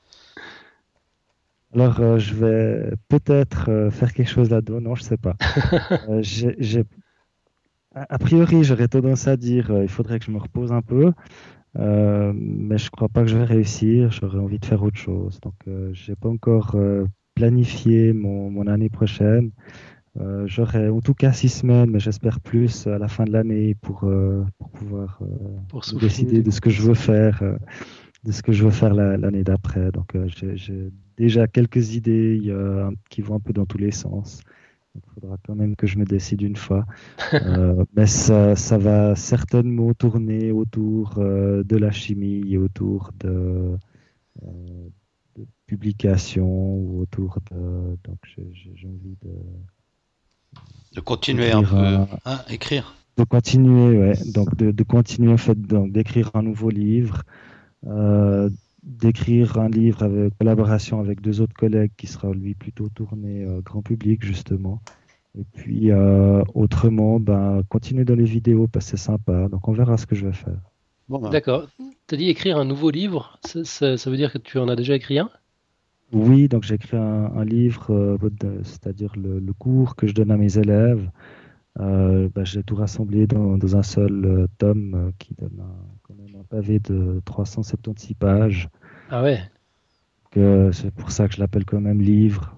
Speaker 3: Alors, euh, je vais peut-être euh, faire quelque chose là-dedans, non, je sais pas. Euh, j'ai, j'ai- a a priori, j'aurais tendance à dire euh, il faudrait que je me repose un peu, euh, mais je crois pas que je vais réussir. J'aurais envie de faire autre chose. Donc, euh, j'ai pas encore euh, planifié mon, mon année prochaine. Euh, j'aurai en tout cas six semaines, mais j'espère plus à la fin de l'année pour, euh, pour pouvoir euh,
Speaker 1: Pour
Speaker 3: me
Speaker 1: souffler
Speaker 3: décider
Speaker 1: du
Speaker 3: de
Speaker 1: coup.
Speaker 3: ce que je veux faire, euh, de ce que je veux faire la- l'année d'après. Donc, euh, j'ai j'ai déjà quelques idées il y a un- qui vont un peu dans tous les sens. Il faudra quand même que je me décide une fois. Euh, mais ça, ça va certainement tourner autour euh, de la chimie et autour de, euh, de publications ou autour de. Donc, j'ai j'ai- j'ai envie de
Speaker 2: De continuer un
Speaker 3: d'écrire
Speaker 2: peu
Speaker 3: un,
Speaker 2: à écrire.
Speaker 3: de continuer, ouais. Donc, de, de continuer en fait, donc, d'écrire un nouveau livre, euh, d'écrire un livre avec collaboration avec deux autres collègues qui sera lui plutôt tourné euh, grand public justement. Et puis, euh, autrement, ben, continuer dans les vidéos parce que c'est sympa. Donc, on verra ce que je vais faire.
Speaker 2: Bon, ben,
Speaker 1: D'accord. Tu as dit écrire un nouveau livre, ça, ça- ça veut dire que tu en as déjà écrit un?
Speaker 3: Oui, donc j'ai écrit un, un livre, euh, de- c'est-à-dire le, le cours que je donne à mes élèves. Euh, ben, j'ai tout rassemblé dans, dans un seul euh, tome euh, qui donne un, quand même un pavé de trois cent soixante-seize pages.
Speaker 1: Ah ouais,
Speaker 3: Que c'est pour ça que je l'appelle quand même livre.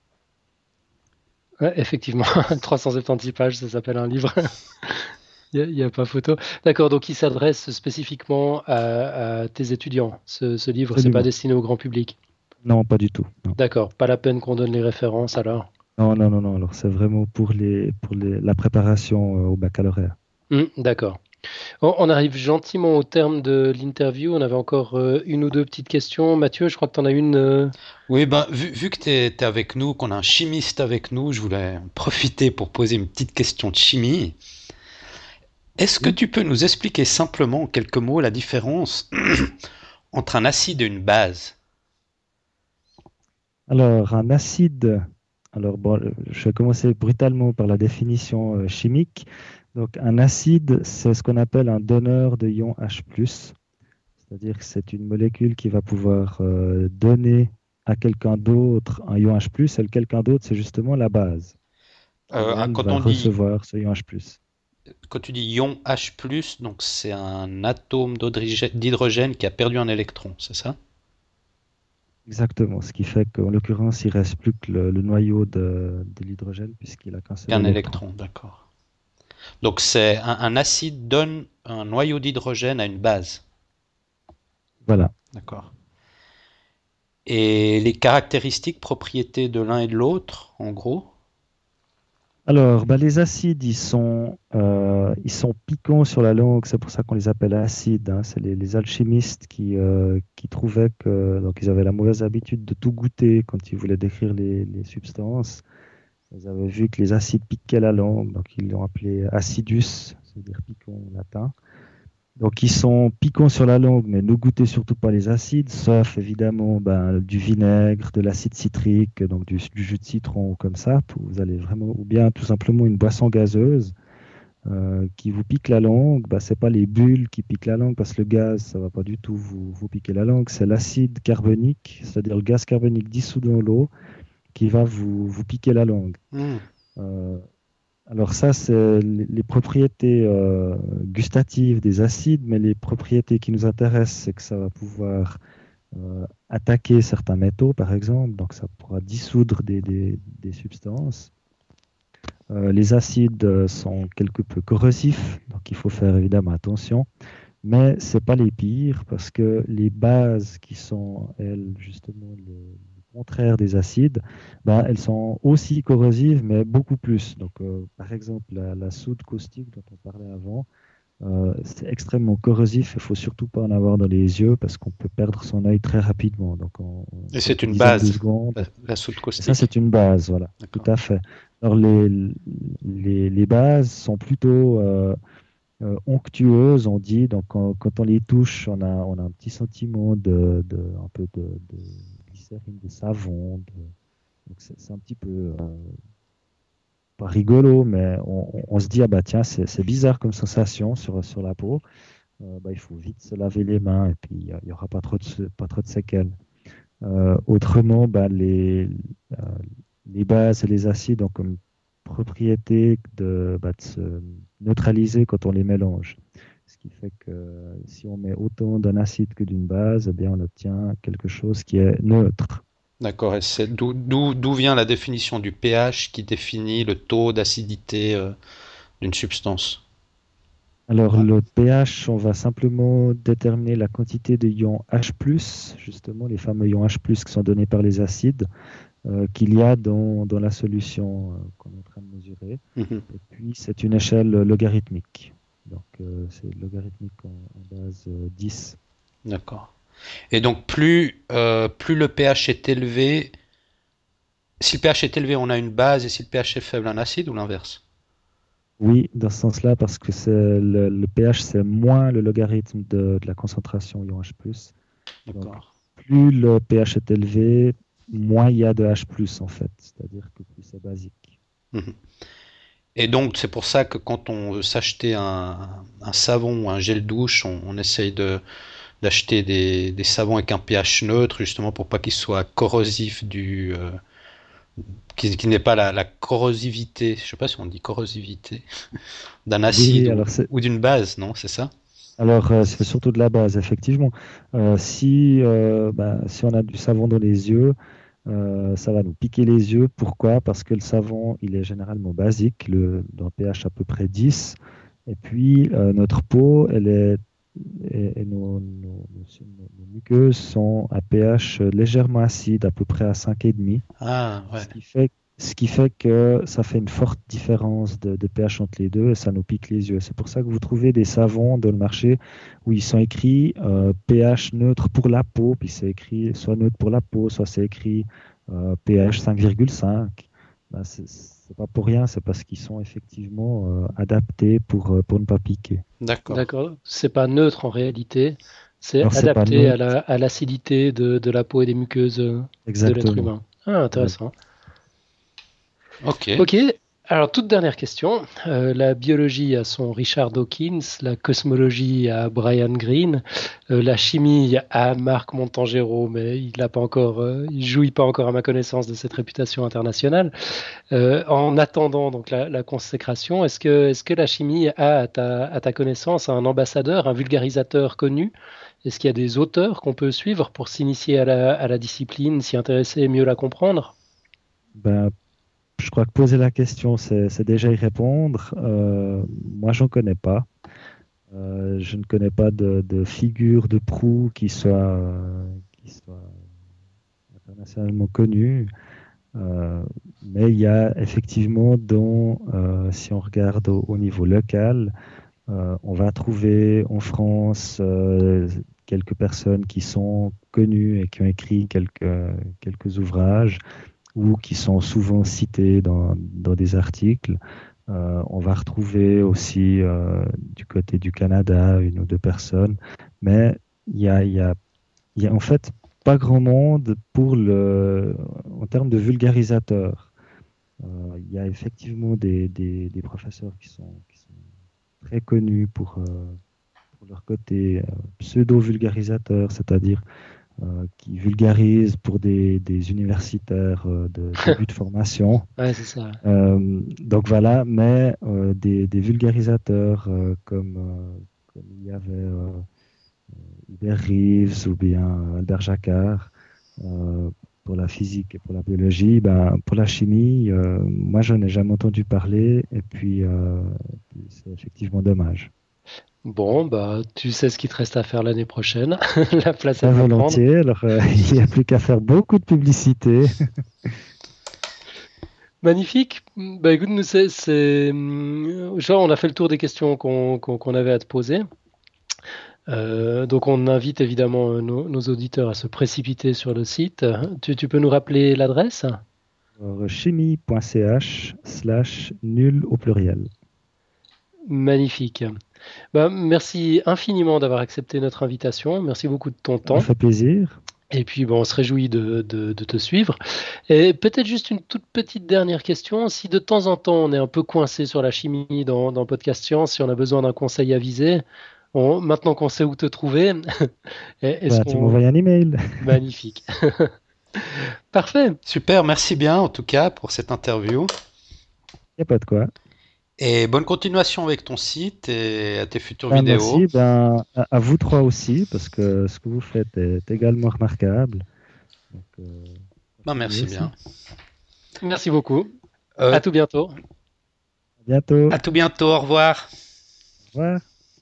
Speaker 1: ouais, effectivement, trois cent soixante-dix pages, ça s'appelle un livre. Il n'y a, il y a pas photo. D'accord, donc il s'adresse spécifiquement à, à tes étudiants. Ce, ce livre, c'est pas
Speaker 3: Absolument.
Speaker 1: destiné au grand public.
Speaker 3: Non, pas du tout. Non,
Speaker 1: D'accord, pas la peine qu'on donne les références alors.
Speaker 3: non, non, non, non. Alors, c'est vraiment pour les, pour les, la préparation euh, au baccalauréat.
Speaker 1: Hmm, d'accord. On, on arrive gentiment au terme de l'interview. On avait encore euh, une ou deux petites questions. Mathieu, je crois que tu en as une. euh,
Speaker 2: oui, ben, vu, vu que tu es avec nous, qu'on a un chimiste avec nous, je voulais en profiter pour poser une petite question de chimie. Est-ce que
Speaker 3: Oui.
Speaker 2: tu peux nous expliquer simplement en quelques mots la différence entre un acide et une base?
Speaker 3: Alors, un acide. Alors, bon, euh, je vais commencer brutalement par la définition euh, chimique. Donc, un acide, c'est ce qu'on appelle un donneur de ion H plus. C'est-à-dire que c'est une molécule qui va pouvoir euh, donner à quelqu'un d'autre un ion H plus, et le quelqu'un d'autre, c'est justement la base qui,
Speaker 2: Euh, un-
Speaker 3: elle,
Speaker 2: quand
Speaker 3: va
Speaker 2: on dit,
Speaker 3: recevoir ce ion H plus.
Speaker 2: quand tu dis ion H+, donc c'est un atome d'hydrogène d'hydrogène qui a perdu un électron, c'est ça?
Speaker 3: Exactement, ce qui fait qu'en l'occurrence, il reste plus que le, le noyau de, de l'hydrogène puisqu'il a qu'un seul
Speaker 2: Qu'un
Speaker 3: électron.
Speaker 2: électron, d'accord. Donc c'est un, un acide donne un noyau d'hydrogène à une base,
Speaker 3: Voilà.
Speaker 2: d'accord. Et les caractéristiques, propriétés de l'un et de l'autre, en gros?
Speaker 3: Alors, bah, les acides, ils sont, euh, ils sont piquants sur la langue, c'est pour ça qu'on les appelle acides, hein. C'est les, les alchimistes qui, euh, qui trouvaient que, donc ils avaient la mauvaise habitude de tout goûter quand ils voulaient décrire les, les substances. Ils avaient vu que les acides piquaient la langue, donc ils l'ont appelé acidus, c'est-à-dire piquant en latin. Donc ils sont piquants sur la langue, mais ne goûtez surtout pas les acides, sauf évidemment ben, du vinaigre, de l'acide citrique, donc du, du jus de citron comme ça. Vous allez vraiment, ou bien tout simplement une boisson gazeuse euh, qui vous pique la langue. Ben, c'est pas les bulles qui piquent la langue parce que le gaz, ça va pas du tout vous, vous piquer la langue. C'est l'acide carbonique, c'est-à-dire le gaz carbonique dissous dans l'eau, qui va vous, vous piquer la langue.
Speaker 2: Hmm.
Speaker 3: Euh, alors ça, c'est les les propriétés euh, gustatives des acides, mais les propriétés qui nous intéressent, c'est que ça va pouvoir euh, attaquer certains métaux, par exemple, donc ça pourra dissoudre des, des- des substances. Euh, les acides euh, sont quelque peu corrosifs, donc il faut faire évidemment attention, mais c'est pas les pires parce que les bases qui sont, elles, justement, le, le contraire des acides, ben, elles sont aussi corrosives, mais beaucoup plus. Donc, euh, par exemple, la, la soude caustique dont on parlait avant, euh, c'est extrêmement corrosif. Il faut surtout pas en avoir dans les yeux parce qu'on peut perdre son œil très rapidement. Donc, en, en
Speaker 2: Et c'est
Speaker 3: quelques
Speaker 2: une
Speaker 3: dizaines de
Speaker 2: base,
Speaker 3: secondes.
Speaker 2: la, la soude
Speaker 3: Et ça,
Speaker 2: caustique.
Speaker 3: c'est une base, voilà, tout
Speaker 2: D'accord.
Speaker 3: à fait. Alors, les, les, les bases sont plutôt euh, euh, onctueuses, on dit. Donc, quand, quand on les touche, on a, on a un petit sentiment de, de un peu de, de glycérine, de savon. de- donc, c'est c'est un petit peu. euh, pas rigolo, mais on, on- on se dit, ah bah tiens, c'est c'est bizarre comme sensation sur, sur la peau. Euh, bah, il faut vite se laver les mains et puis il n'y aura pas trop de, pas trop de séquelles. Euh, autrement, bah, les, euh, les bases et les acides ont comme propriété de, bah, de se neutraliser quand on les mélange. Ce qui fait que si on met autant d'un acide que d'une base, eh bien, on obtient quelque chose qui est neutre.
Speaker 2: D'accord. Et c'est d'où d'où d'où vient la définition du pH qui définit le taux d'acidité euh, d'une substance?
Speaker 3: Alors,
Speaker 2: Ouais.
Speaker 3: le pH, on va simplement déterminer la quantité de ions H plus, justement, les fameux ions H plus qui sont donnés par les acides, euh, qu'il y a dans, dans la solution euh, qu'on est en train de mesurer.
Speaker 2: Mhm.
Speaker 3: Et puis, c'est une échelle logarithmique. Donc, euh, c'est logarithmique en, en base euh, dix.
Speaker 2: D'accord. Et donc plus euh, plus le pH est élevé, si le pH est élevé, on a une base, et si le pH est faible, un acide, ou l'inverse?
Speaker 3: Oui, dans ce sens-là, parce que c'est le, le pH, c'est moins le logarithme de, de la concentration ion H plus. Donc,
Speaker 2: D'accord.
Speaker 3: plus le pH est élevé, moins il y a de H plus, en fait. C'est-à-dire que plus c'est basique.
Speaker 2: Mhm. Et donc c'est pour ça que quand on veut s'acheter un, un savon ou un gel douche, on, on essaye de d'acheter des, des savons avec un pH neutre, justement pour pas qu'ils soient corrosifs du euh, qu'ils qu'ils n'aient pas la, la corrosivité, je sais pas si on dit corrosivité, d'un acide
Speaker 3: Oui,
Speaker 2: ou,
Speaker 3: alors c'est
Speaker 2: ou d'une base, non? C'est ça?
Speaker 3: alors euh, c'est surtout de la base, effectivement. Euh, si, euh, bah, si on a du savon dans les yeux, euh, ça va nous piquer les yeux. Pourquoi? Parce que le savon, il est généralement basique, le, d'un pH à peu près dix. Et puis, euh, notre peau, elle est, et, et nos, nos- nos- nos muqueuses sont à pH légèrement acide, à peu près à cinq virgule cinq.
Speaker 2: Ah ouais.
Speaker 3: Ce qui fait, ce qui fait que ça fait une forte différence de, de pH entre les deux et ça nous pique les yeux. C'est pour ça que vous trouvez des savons dans le marché où ils sont écrits euh, pH neutre pour la peau, puis c'est écrit soit neutre pour la peau, soit c'est écrit euh, pH cinq virgule cinq. Ben, c'est c'est pas pour rien, c'est parce qu'ils sont effectivement euh, adaptés pour, euh, pour ne pas piquer.
Speaker 2: D'accord.
Speaker 1: D'accord. C'est pas neutre en réalité. C'est
Speaker 3: Alors c'est pas
Speaker 1: adapté à
Speaker 3: neutre,
Speaker 1: la, à l'acidité de, de la peau et des muqueuses euh, de l'être
Speaker 3: exactement.
Speaker 1: humain. Ah,
Speaker 3: Ouais.
Speaker 1: intéressant.
Speaker 2: Ok.
Speaker 1: Ok. Alors, toute dernière question. Euh, la biologie a son Richard Dawkins, la cosmologie a Brian Greene, euh, la chimie a Marc Montangero, mais il n'a pas encore, euh, il jouit pas encore à ma connaissance de cette réputation internationale. Euh, en attendant donc la, la consécration, est-ce que, est-ce que la chimie a à ta, à ta connaissance un ambassadeur, un vulgarisateur connu? Est-ce qu'il y a des auteurs qu'on peut suivre pour s'initier à la, à la discipline, s'y intéresser et mieux la comprendre?
Speaker 3: Ben, je crois que poser la question, c'est c'est déjà y répondre. Euh, moi, j'en connais pas. Euh, je ne connais pas de, de figure de proue qui soit, euh, qui soit internationalement connue. Euh, mais il y a effectivement, dans, euh, si on regarde au, au niveau local, euh, on va trouver en France euh, quelques personnes qui sont connues et qui ont écrit quelques, quelques ouvrages ou qui sont souvent citées dans, dans des articles. Euh, on va retrouver aussi euh, du côté du Canada une ou deux personnes, mais il y a, il y a, il y a en fait pas grand monde pour le, en termes de vulgarisateurs. Euh, il y a effectivement des, des- des professeurs qui sont, qui sont très connus pour, euh, pour leur côté euh, pseudo-vulgarisateur, c'est-à-dire euh, qui vulgarisent pour des, des universitaires euh, de début de formation.
Speaker 1: Ouais, c'est ça.
Speaker 3: Euh, donc voilà, mais euh, des, des vulgarisateurs euh, comme, euh, comme il y avait euh, Hubert Reeves ou bien Albert Jacquard euh, pour la physique et pour la biologie, ben, pour la chimie, euh, moi je n'ai jamais entendu parler et puis, euh, puis c'est effectivement dommage.
Speaker 1: Bon, bah, tu sais ce qu'il te reste à faire l'année prochaine. La place est
Speaker 3: Très
Speaker 1: de la prendre.
Speaker 3: volontiers, alors euh, il n'y a plus qu'à faire beaucoup de publicité.
Speaker 1: Magnifique. Bah, écoute, nous, c'est, c'est, hum, genre, on a fait le tour des questions qu'on qu'on- qu'on avait à te poser. Euh, donc, on invite évidemment euh, nos, nos auditeurs à se précipiter sur le site. Tu, tu peux nous rappeler l'adresse?
Speaker 3: Alors, chimie.ch slash nul au pluriel.
Speaker 1: Magnifique. Bah, merci infiniment d'avoir accepté notre invitation. Merci beaucoup de ton
Speaker 3: Ça m'a
Speaker 1: temps.
Speaker 3: fait plaisir.
Speaker 1: Et puis, bon, on se réjouit de, de- de te suivre. Et peut-être juste une toute petite dernière question. Si de temps en temps on est un peu coincé sur la chimie dans, dans Podcast Science, si on a besoin d'un conseil avisé, on- maintenant qu'on sait où te trouver, est-ce
Speaker 3: Bah, tu
Speaker 1: qu'on...
Speaker 3: m'envoies un email.
Speaker 1: Magnifique. Parfait.
Speaker 2: Super, merci bien en tout cas pour cette interview.
Speaker 3: Il n'y a pas de quoi.
Speaker 2: Et bonne continuation avec ton site et à tes futures
Speaker 3: Ben,
Speaker 2: vidéos.
Speaker 3: merci. Ben, à, à vous trois aussi, parce que ce que vous faites est également remarquable. Donc, euh,
Speaker 2: Ben,
Speaker 3: continuez
Speaker 2: merci
Speaker 3: aussi.
Speaker 2: bien.
Speaker 1: Merci beaucoup.
Speaker 2: Euh,
Speaker 1: À tout bientôt.
Speaker 3: À bientôt.
Speaker 2: à tout bientôt, au revoir.
Speaker 3: Au revoir.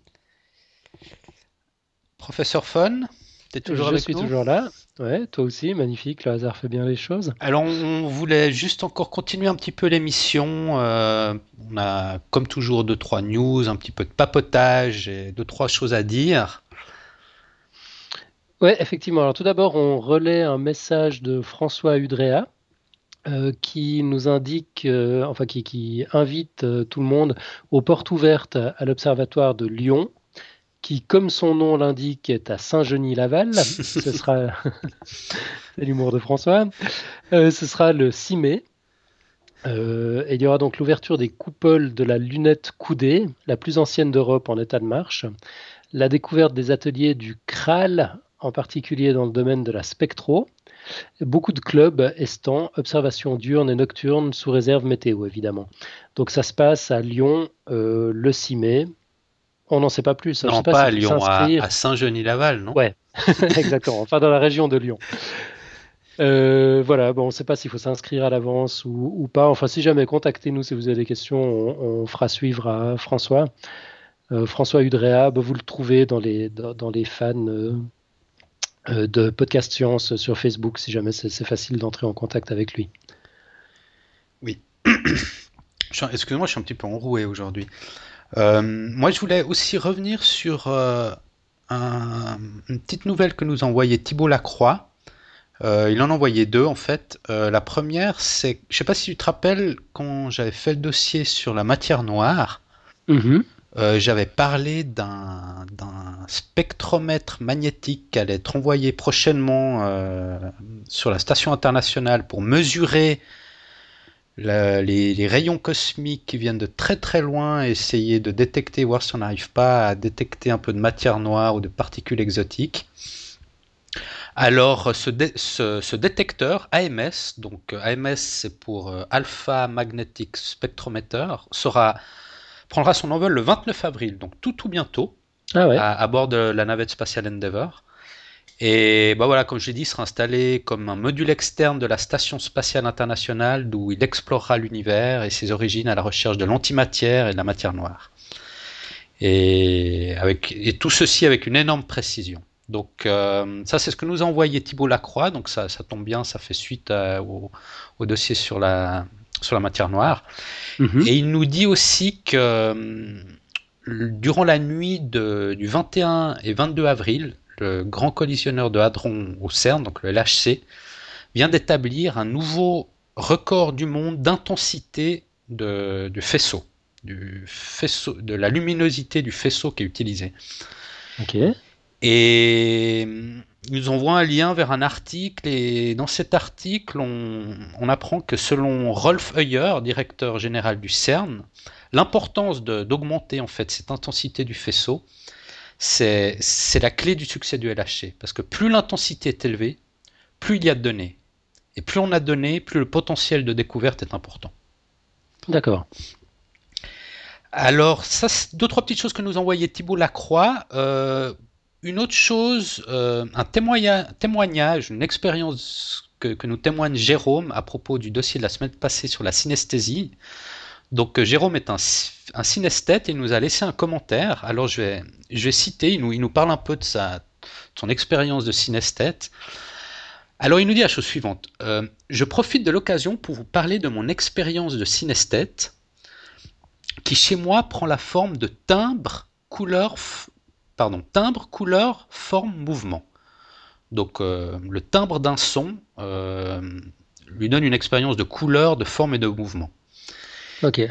Speaker 2: Professeur Fun, tu es toujours
Speaker 1: Je
Speaker 2: avec
Speaker 1: suis
Speaker 2: nous?
Speaker 1: toujours là. Ouais, toi aussi, magnifique. Le hasard fait bien les choses.
Speaker 2: Alors, on voulait juste encore continuer un petit peu l'émission. Euh, on a, comme toujours, deux, trois news, un petit peu de papotage et deux, trois choses à dire.
Speaker 1: Ouais, effectivement. Alors tout d'abord, on relaie un message de François Udrea euh, qui nous indique, euh, enfin qui, qui invite euh, tout le monde aux portes ouvertes à l'Observatoire de Lyon, qui, comme son nom l'indique, est à Saint-Genis-Laval. Ce sera, c'est l'humour de François. Euh, ce sera le six mai. Euh, et il y aura donc l'ouverture des coupoles de la lunette coudée, la plus ancienne d'Europe en état de marche, la découverte des ateliers du C R A L, en particulier dans le domaine de la spectro, beaucoup de clubs et stands, observations diurnes et nocturnes sous réserve météo évidemment. Donc ça se passe à Lyon euh, le six mai. On n'en sait pas plus. Je ne
Speaker 2: Non,
Speaker 1: sais pas
Speaker 2: pas
Speaker 1: s'il
Speaker 2: à
Speaker 1: faut
Speaker 2: Lyon, à, à
Speaker 1: s'inscrire.
Speaker 2: Saint-Genis-Laval, non?
Speaker 1: Ouais, exactement. Enfin dans la région de Lyon. Euh, voilà, bon, on ne sait pas s'il faut s'inscrire à l'avance ou, ou pas. Enfin, si jamais, contactez-nous si vous avez des questions. On, on fera suivre à François. Euh, François Udrea, bah, vous le trouvez dans les, dans, dans les fans euh, euh, de Podcast Science sur Facebook, si jamais c'est c'est facile d'entrer en contact avec lui.
Speaker 2: Oui. Je suis- Excuse-moi, je suis un petit peu enroué aujourd'hui. Euh, moi, je voulais aussi revenir sur euh, un- une petite nouvelle que nous a envoyée Thibault Lacroix. Euh, il en a envoyé deux en fait. Euh, la première, c'est, je sais pas si tu te rappelles, quand j'avais fait le dossier sur la matière noire,
Speaker 1: Mhm.
Speaker 2: euh, j'avais parlé d'un d'un spectromètre magnétique qui allait être envoyé prochainement euh, sur la station internationale pour mesurer la- les, les rayons cosmiques qui viennent de très très loin, essayer de détecter, voir si on n'arrive pas à détecter un peu de matière noire ou de particules exotiques. Alors, ce, dé- ce- ce détecteur A M S, donc euh, A M S c'est pour euh, Alpha Magnetic Spectrometer, sera, prendra son envol le vingt-neuf avril, donc tout tout bientôt,
Speaker 1: Ah ouais,
Speaker 2: à, à bord de la navette spatiale Endeavour. Et bah voilà, comme je l'ai dit, il sera installé comme un module externe de la Station spatiale internationale, d'où il explorera l'univers et ses origines à la recherche de l'antimatière et de la matière noire. Et, avec, et tout ceci avec une énorme précision. Donc euh, ça, c'est ce que nous a envoyé Thibault Lacroix, donc ça, ça tombe bien, ça fait suite à- au, au dossier sur la, sur la matière noire.
Speaker 1: Mhm.
Speaker 2: Et il nous dit aussi que euh, durant la nuit de- du vingt et un et vingt-deux avril, le grand collisionneur de hadrons au CERN, donc le L H C, vient d'établir un nouveau record du monde d'intensité de, du faisceau, du faisceau, de la luminosité du faisceau qui est utilisé.
Speaker 1: ok.
Speaker 2: Et il nous envoie un lien vers un article, et dans cet article, on, on apprend que selon Rolf Heuer, directeur général du CERN, l'importance de- d'augmenter en fait cette intensité du faisceau, c'est c'est la clé du succès du L H C. Parce que plus l'intensité est élevée, plus il y a de données. Et plus on a de données, plus le potentiel de découverte est important.
Speaker 1: D'accord.
Speaker 2: Alors, ça, c'est deux, trois petites choses que nous envoyait Thibault Lacroix. Euh, une autre chose, euh, un témoignage, témoignage, une expérience que, que nous témoigne Jérôme à propos du dossier de la semaine passée sur la synesthésie. Donc, euh, Jérôme est un, un synesthète et il nous a laissé un commentaire. Alors, je vais, je vais citer, il nous, il nous parle un peu de, sa, de son expérience de synesthète. Alors, il nous dit la chose suivante. Euh, je profite de l'occasion pour vous parler de mon expérience de synesthète qui chez moi prend la forme de timbre, couleur, f- pardon, timbre, couleur, forme, mouvement. Donc euh, le timbre d'un son euh, lui donne une expérience de couleur, de forme et de mouvement.
Speaker 1: Ok.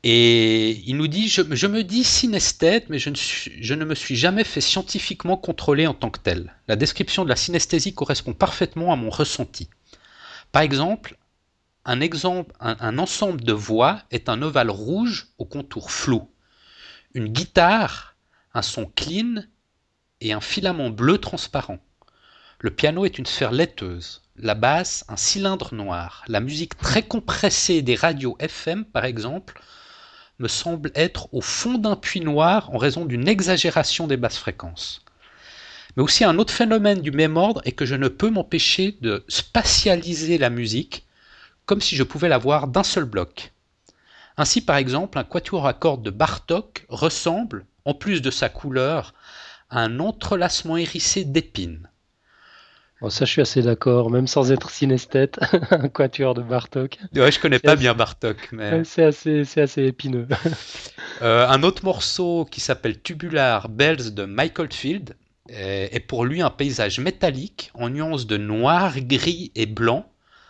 Speaker 2: Et il nous dit, je, je me dis synesthète, mais je ne, suis, je ne me suis jamais fait scientifiquement contrôler en tant que tel. La description de la synesthésie correspond parfaitement à mon ressenti. Par exemple, un, exemple, un, un ensemble de voix est un ovale rouge au contour flou. Une guitare, un son clean et un filament bleu transparent. Le piano est une sphère laiteuse. La basse, un cylindre noir. La musique très compressée des radios F M, par exemple, me semble être au fond d'un puits noir en raison d'une exagération des basses fréquences. Mais aussi un autre phénomène du même ordre est que je ne peux m'empêcher de spatialiser la musique comme si je pouvais la voir d'un seul bloc. Ainsi, par exemple, un quatuor à cordes de Bartók ressemble, en plus de sa couleur, à un entrelacement hérissé d'épines.
Speaker 1: Bon, ça, je suis assez d'accord, même sans être synesthète, un quatuor de Bartók.
Speaker 2: Ouais, je connais
Speaker 1: C'est
Speaker 2: pas
Speaker 1: assez...
Speaker 2: bien Bartók, mais...
Speaker 1: C'est assez, c'est assez épineux.
Speaker 2: euh, un autre morceau qui s'appelle Tubular Bells de Michael Field est, est pour lui un paysage métallique en nuances de noir, gris et blanc,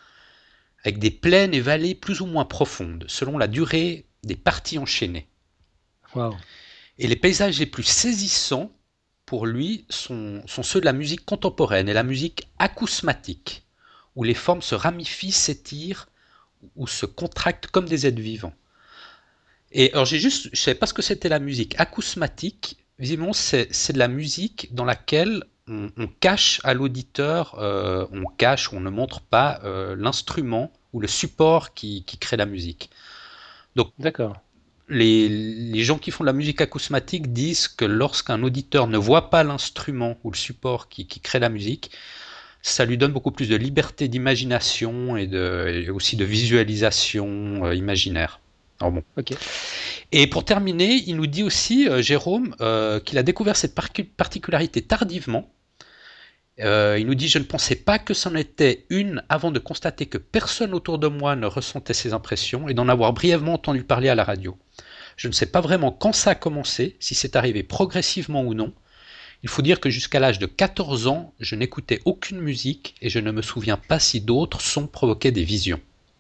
Speaker 2: avec des plaines et vallées plus ou moins profondes, selon la durée des parties enchaînées.
Speaker 1: Wow.
Speaker 2: Et les paysages les plus saisissants, pour lui, sont, sont ceux de la musique contemporaine et la musique acousmatique, où les formes se ramifient, s'étirent ou se contractent comme des êtres vivants. Et alors j'ai juste, je savais pas ce que c'était la musique acousmatique. Visiblement, c'est, c'est de la musique dans laquelle on, on cache à l'auditeur, euh, on cache ou on ne montre pas euh, l'instrument ou le support qui, qui crée la musique. Donc,
Speaker 1: d'accord.
Speaker 2: Les, les gens qui font de la musique acousmatique disent que lorsqu'un auditeur ne voit pas l'instrument ou le support qui, qui crée la musique, ça lui donne beaucoup plus de liberté d'imagination et, de, et aussi de visualisation euh, imaginaire. Alors bon.
Speaker 1: Okay.
Speaker 2: Et pour terminer, il nous dit aussi, euh, Jérôme, euh, qu'il a découvert cette par- particularité tardivement. Euh, il nous dit « Je ne pensais pas que c'en était une avant de constater que personne autour de moi ne ressentait ces impressions et d'en avoir brièvement entendu parler à la radio. Je ne sais pas vraiment quand ça a commencé, si c'est arrivé progressivement ou non. Il faut dire que jusqu'à l'âge de quatorze ans, je n'écoutais aucune musique et je ne me souviens pas si d'autres sons provoquaient des visions. »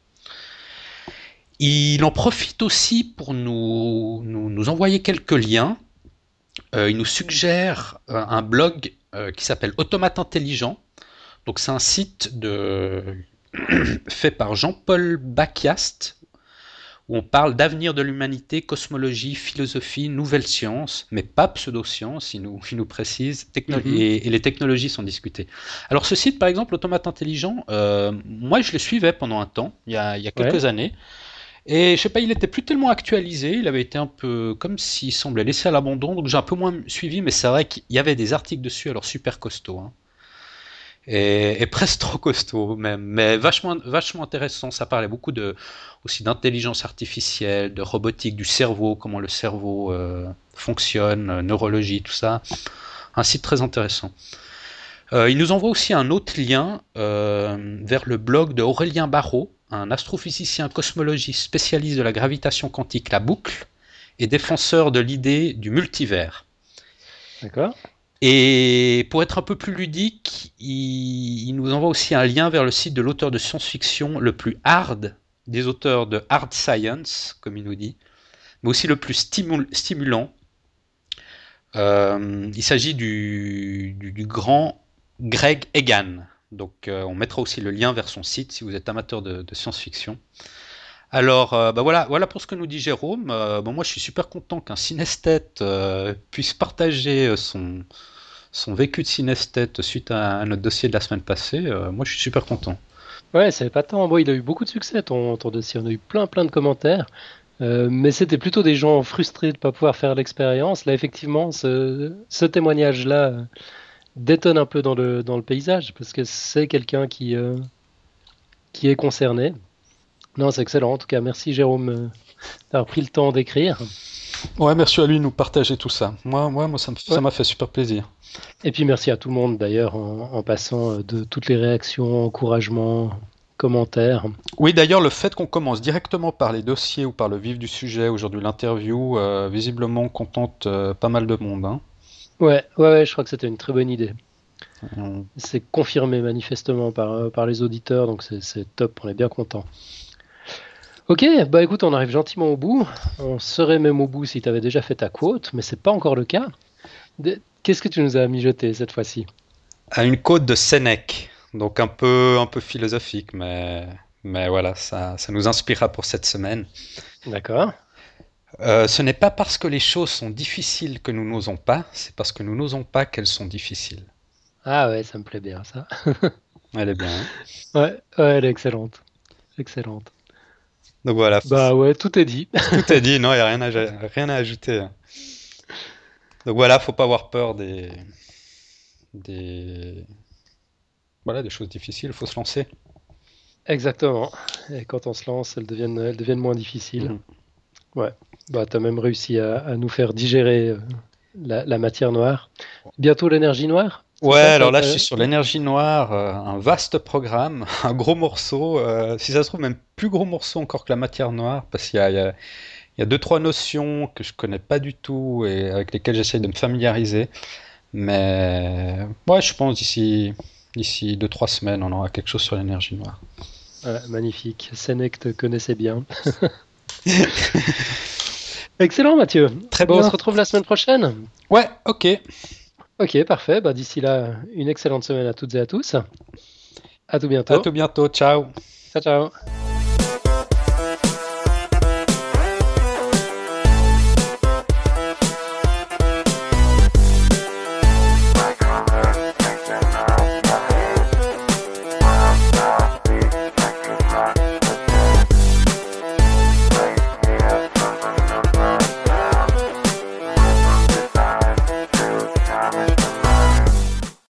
Speaker 2: Il en profite aussi pour nous, nous, nous envoyer quelques liens. Euh, il nous suggère euh, un blog euh, qui s'appelle Automate Intelligent. Donc c'est un site de... fait par Jean-Paul Bacchiast, où on parle d'avenir de l'humanité, cosmologie, philosophie, nouvelles sciences, mais pas pseudo-sciences, il nous, il nous précise, techno- mm-hmm. et, et les technologies sont discutées. Alors ce site, par exemple, Automate Intelligent, euh, moi je le suivais pendant un temps, il y a, il y a quelques ouais. années, et je sais pas, il était plus tellement actualisé, il avait été un peu comme s'il semblait laissé à l'abandon, donc j'ai un peu moins suivi, mais c'est vrai qu'il y avait des articles dessus, alors super costauds, hein. Et, et presque trop costaud même, mais vachement, vachement intéressant. Ça parlait beaucoup de, aussi d'intelligence artificielle, de robotique, du cerveau, comment le cerveau euh, fonctionne, euh, neurologie, tout ça. Un site très intéressant. Euh, il nous envoie aussi un autre lien euh, vers le blog de Aurélien Barraud, un astrophysicien cosmologiste spécialiste de la gravitation quantique, la boucle, et défenseur de l'idée du multivers.
Speaker 1: D'accord.
Speaker 2: Et pour être un peu plus ludique, il, il nous envoie aussi un lien vers le site de l'auteur de science-fiction le plus hard des auteurs de hard science, comme il nous dit, mais aussi le plus stimul- stimulant. Euh, il s'agit du, du, du grand Greg Egan. Donc euh, on mettra aussi le lien vers son site si vous êtes amateur de, de science-fiction. Alors, euh, bah voilà, voilà pour ce que nous dit Jérôme. Euh, bon, moi, je suis super content qu'un synesthète euh, puisse partager son, son vécu de synesthète suite à, à notre dossier de la semaine passée. Euh, moi, je suis super content.
Speaker 1: Ouais, c'est pas tant. Bon, il a eu beaucoup de succès, ton, ton dossier. On a eu plein, plein de commentaires. Euh, mais c'était plutôt des gens frustrés de ne pas pouvoir faire l'expérience. Là, effectivement, ce, ce témoignage-là euh, détonne un peu dans le, dans le paysage parce que c'est quelqu'un qui, euh, qui est concerné. Non, c'est excellent. En tout cas, merci Jérôme d'avoir pris le temps d'écrire.
Speaker 2: Ouais, merci à lui de nous partager tout ça. Moi, moi, moi ça, me, ouais. ça m'a fait super plaisir.
Speaker 1: Et puis merci à tout le monde d'ailleurs en, en passant de toutes les réactions, encouragements, commentaires.
Speaker 2: Oui, d'ailleurs, le fait qu'on commence directement par les dossiers ou par le vif du sujet, aujourd'hui l'interview, euh, visiblement contente euh, pas mal de monde. Hein.
Speaker 1: Ouais, ouais, ouais, je crois que c'était une très bonne idée. Mmh. C'est confirmé manifestement par, par les auditeurs, donc c'est, c'est top, on est bien content. Ok, bah écoute, on arrive gentiment au bout. On serait même au bout si tu avais déjà fait ta quote, mais c'est pas encore le cas. De- Qu'est-ce que tu nous as mijoté cette fois-ci?
Speaker 2: À une côte de Sénèque, donc un peu, un peu philosophique, mais, mais voilà, ça, ça nous inspirera pour cette semaine.
Speaker 1: D'accord.
Speaker 2: Euh, ce n'est pas parce que les choses sont difficiles que nous n'osons pas, c'est parce que nous n'osons pas qu'elles sont difficiles.
Speaker 1: Ah ouais, ça me plaît bien ça.
Speaker 2: Elle est bien, hein.
Speaker 1: Ouais, ouais, elle est excellente. Excellente.
Speaker 2: Donc voilà,
Speaker 1: Bah ouais, tout est dit.
Speaker 2: tout est dit, non, il n'y a rien à, rien à ajouter, hein. Donc voilà, faut pas avoir peur des, des, voilà, des choses difficiles, il faut se lancer.
Speaker 1: Exactement. Et quand on se lance, elles deviennent, elles deviennent moins difficiles.
Speaker 2: Mhm.
Speaker 1: Ouais. Bah t'as même réussi à, à nous faire digérer euh, la, la matière noire. Bientôt l'énergie noire, c'est
Speaker 2: Ouais,
Speaker 1: ça?
Speaker 2: alors
Speaker 1: T'as-
Speaker 2: là, je
Speaker 1: t'as-
Speaker 2: suis sur l'énergie noire, euh, un vaste programme, un gros morceau, euh, si ça se trouve, même plus gros morceau encore que la matière noire, parce qu'il y a, il y a, il y a deux, trois notions que je connais pas du tout et avec lesquelles j'essaye de me familiariser. Mais ouais, je pense d'ici d'ici deux, trois semaines, on aura quelque chose sur l'énergie noire.
Speaker 1: Ouais, magnifique. Sénèque te connaissait bien. Excellent, Mathieu.
Speaker 2: Très
Speaker 1: Bon, on se
Speaker 2: bien.
Speaker 1: retrouve la semaine prochaine.
Speaker 2: Ouais, ok.
Speaker 1: Ok, parfait. Bah, d'ici là, une excellente semaine à toutes et à tous. À tout
Speaker 2: À
Speaker 1: bientôt.
Speaker 2: tout bientôt. Ciao.
Speaker 1: Ciao, ciao.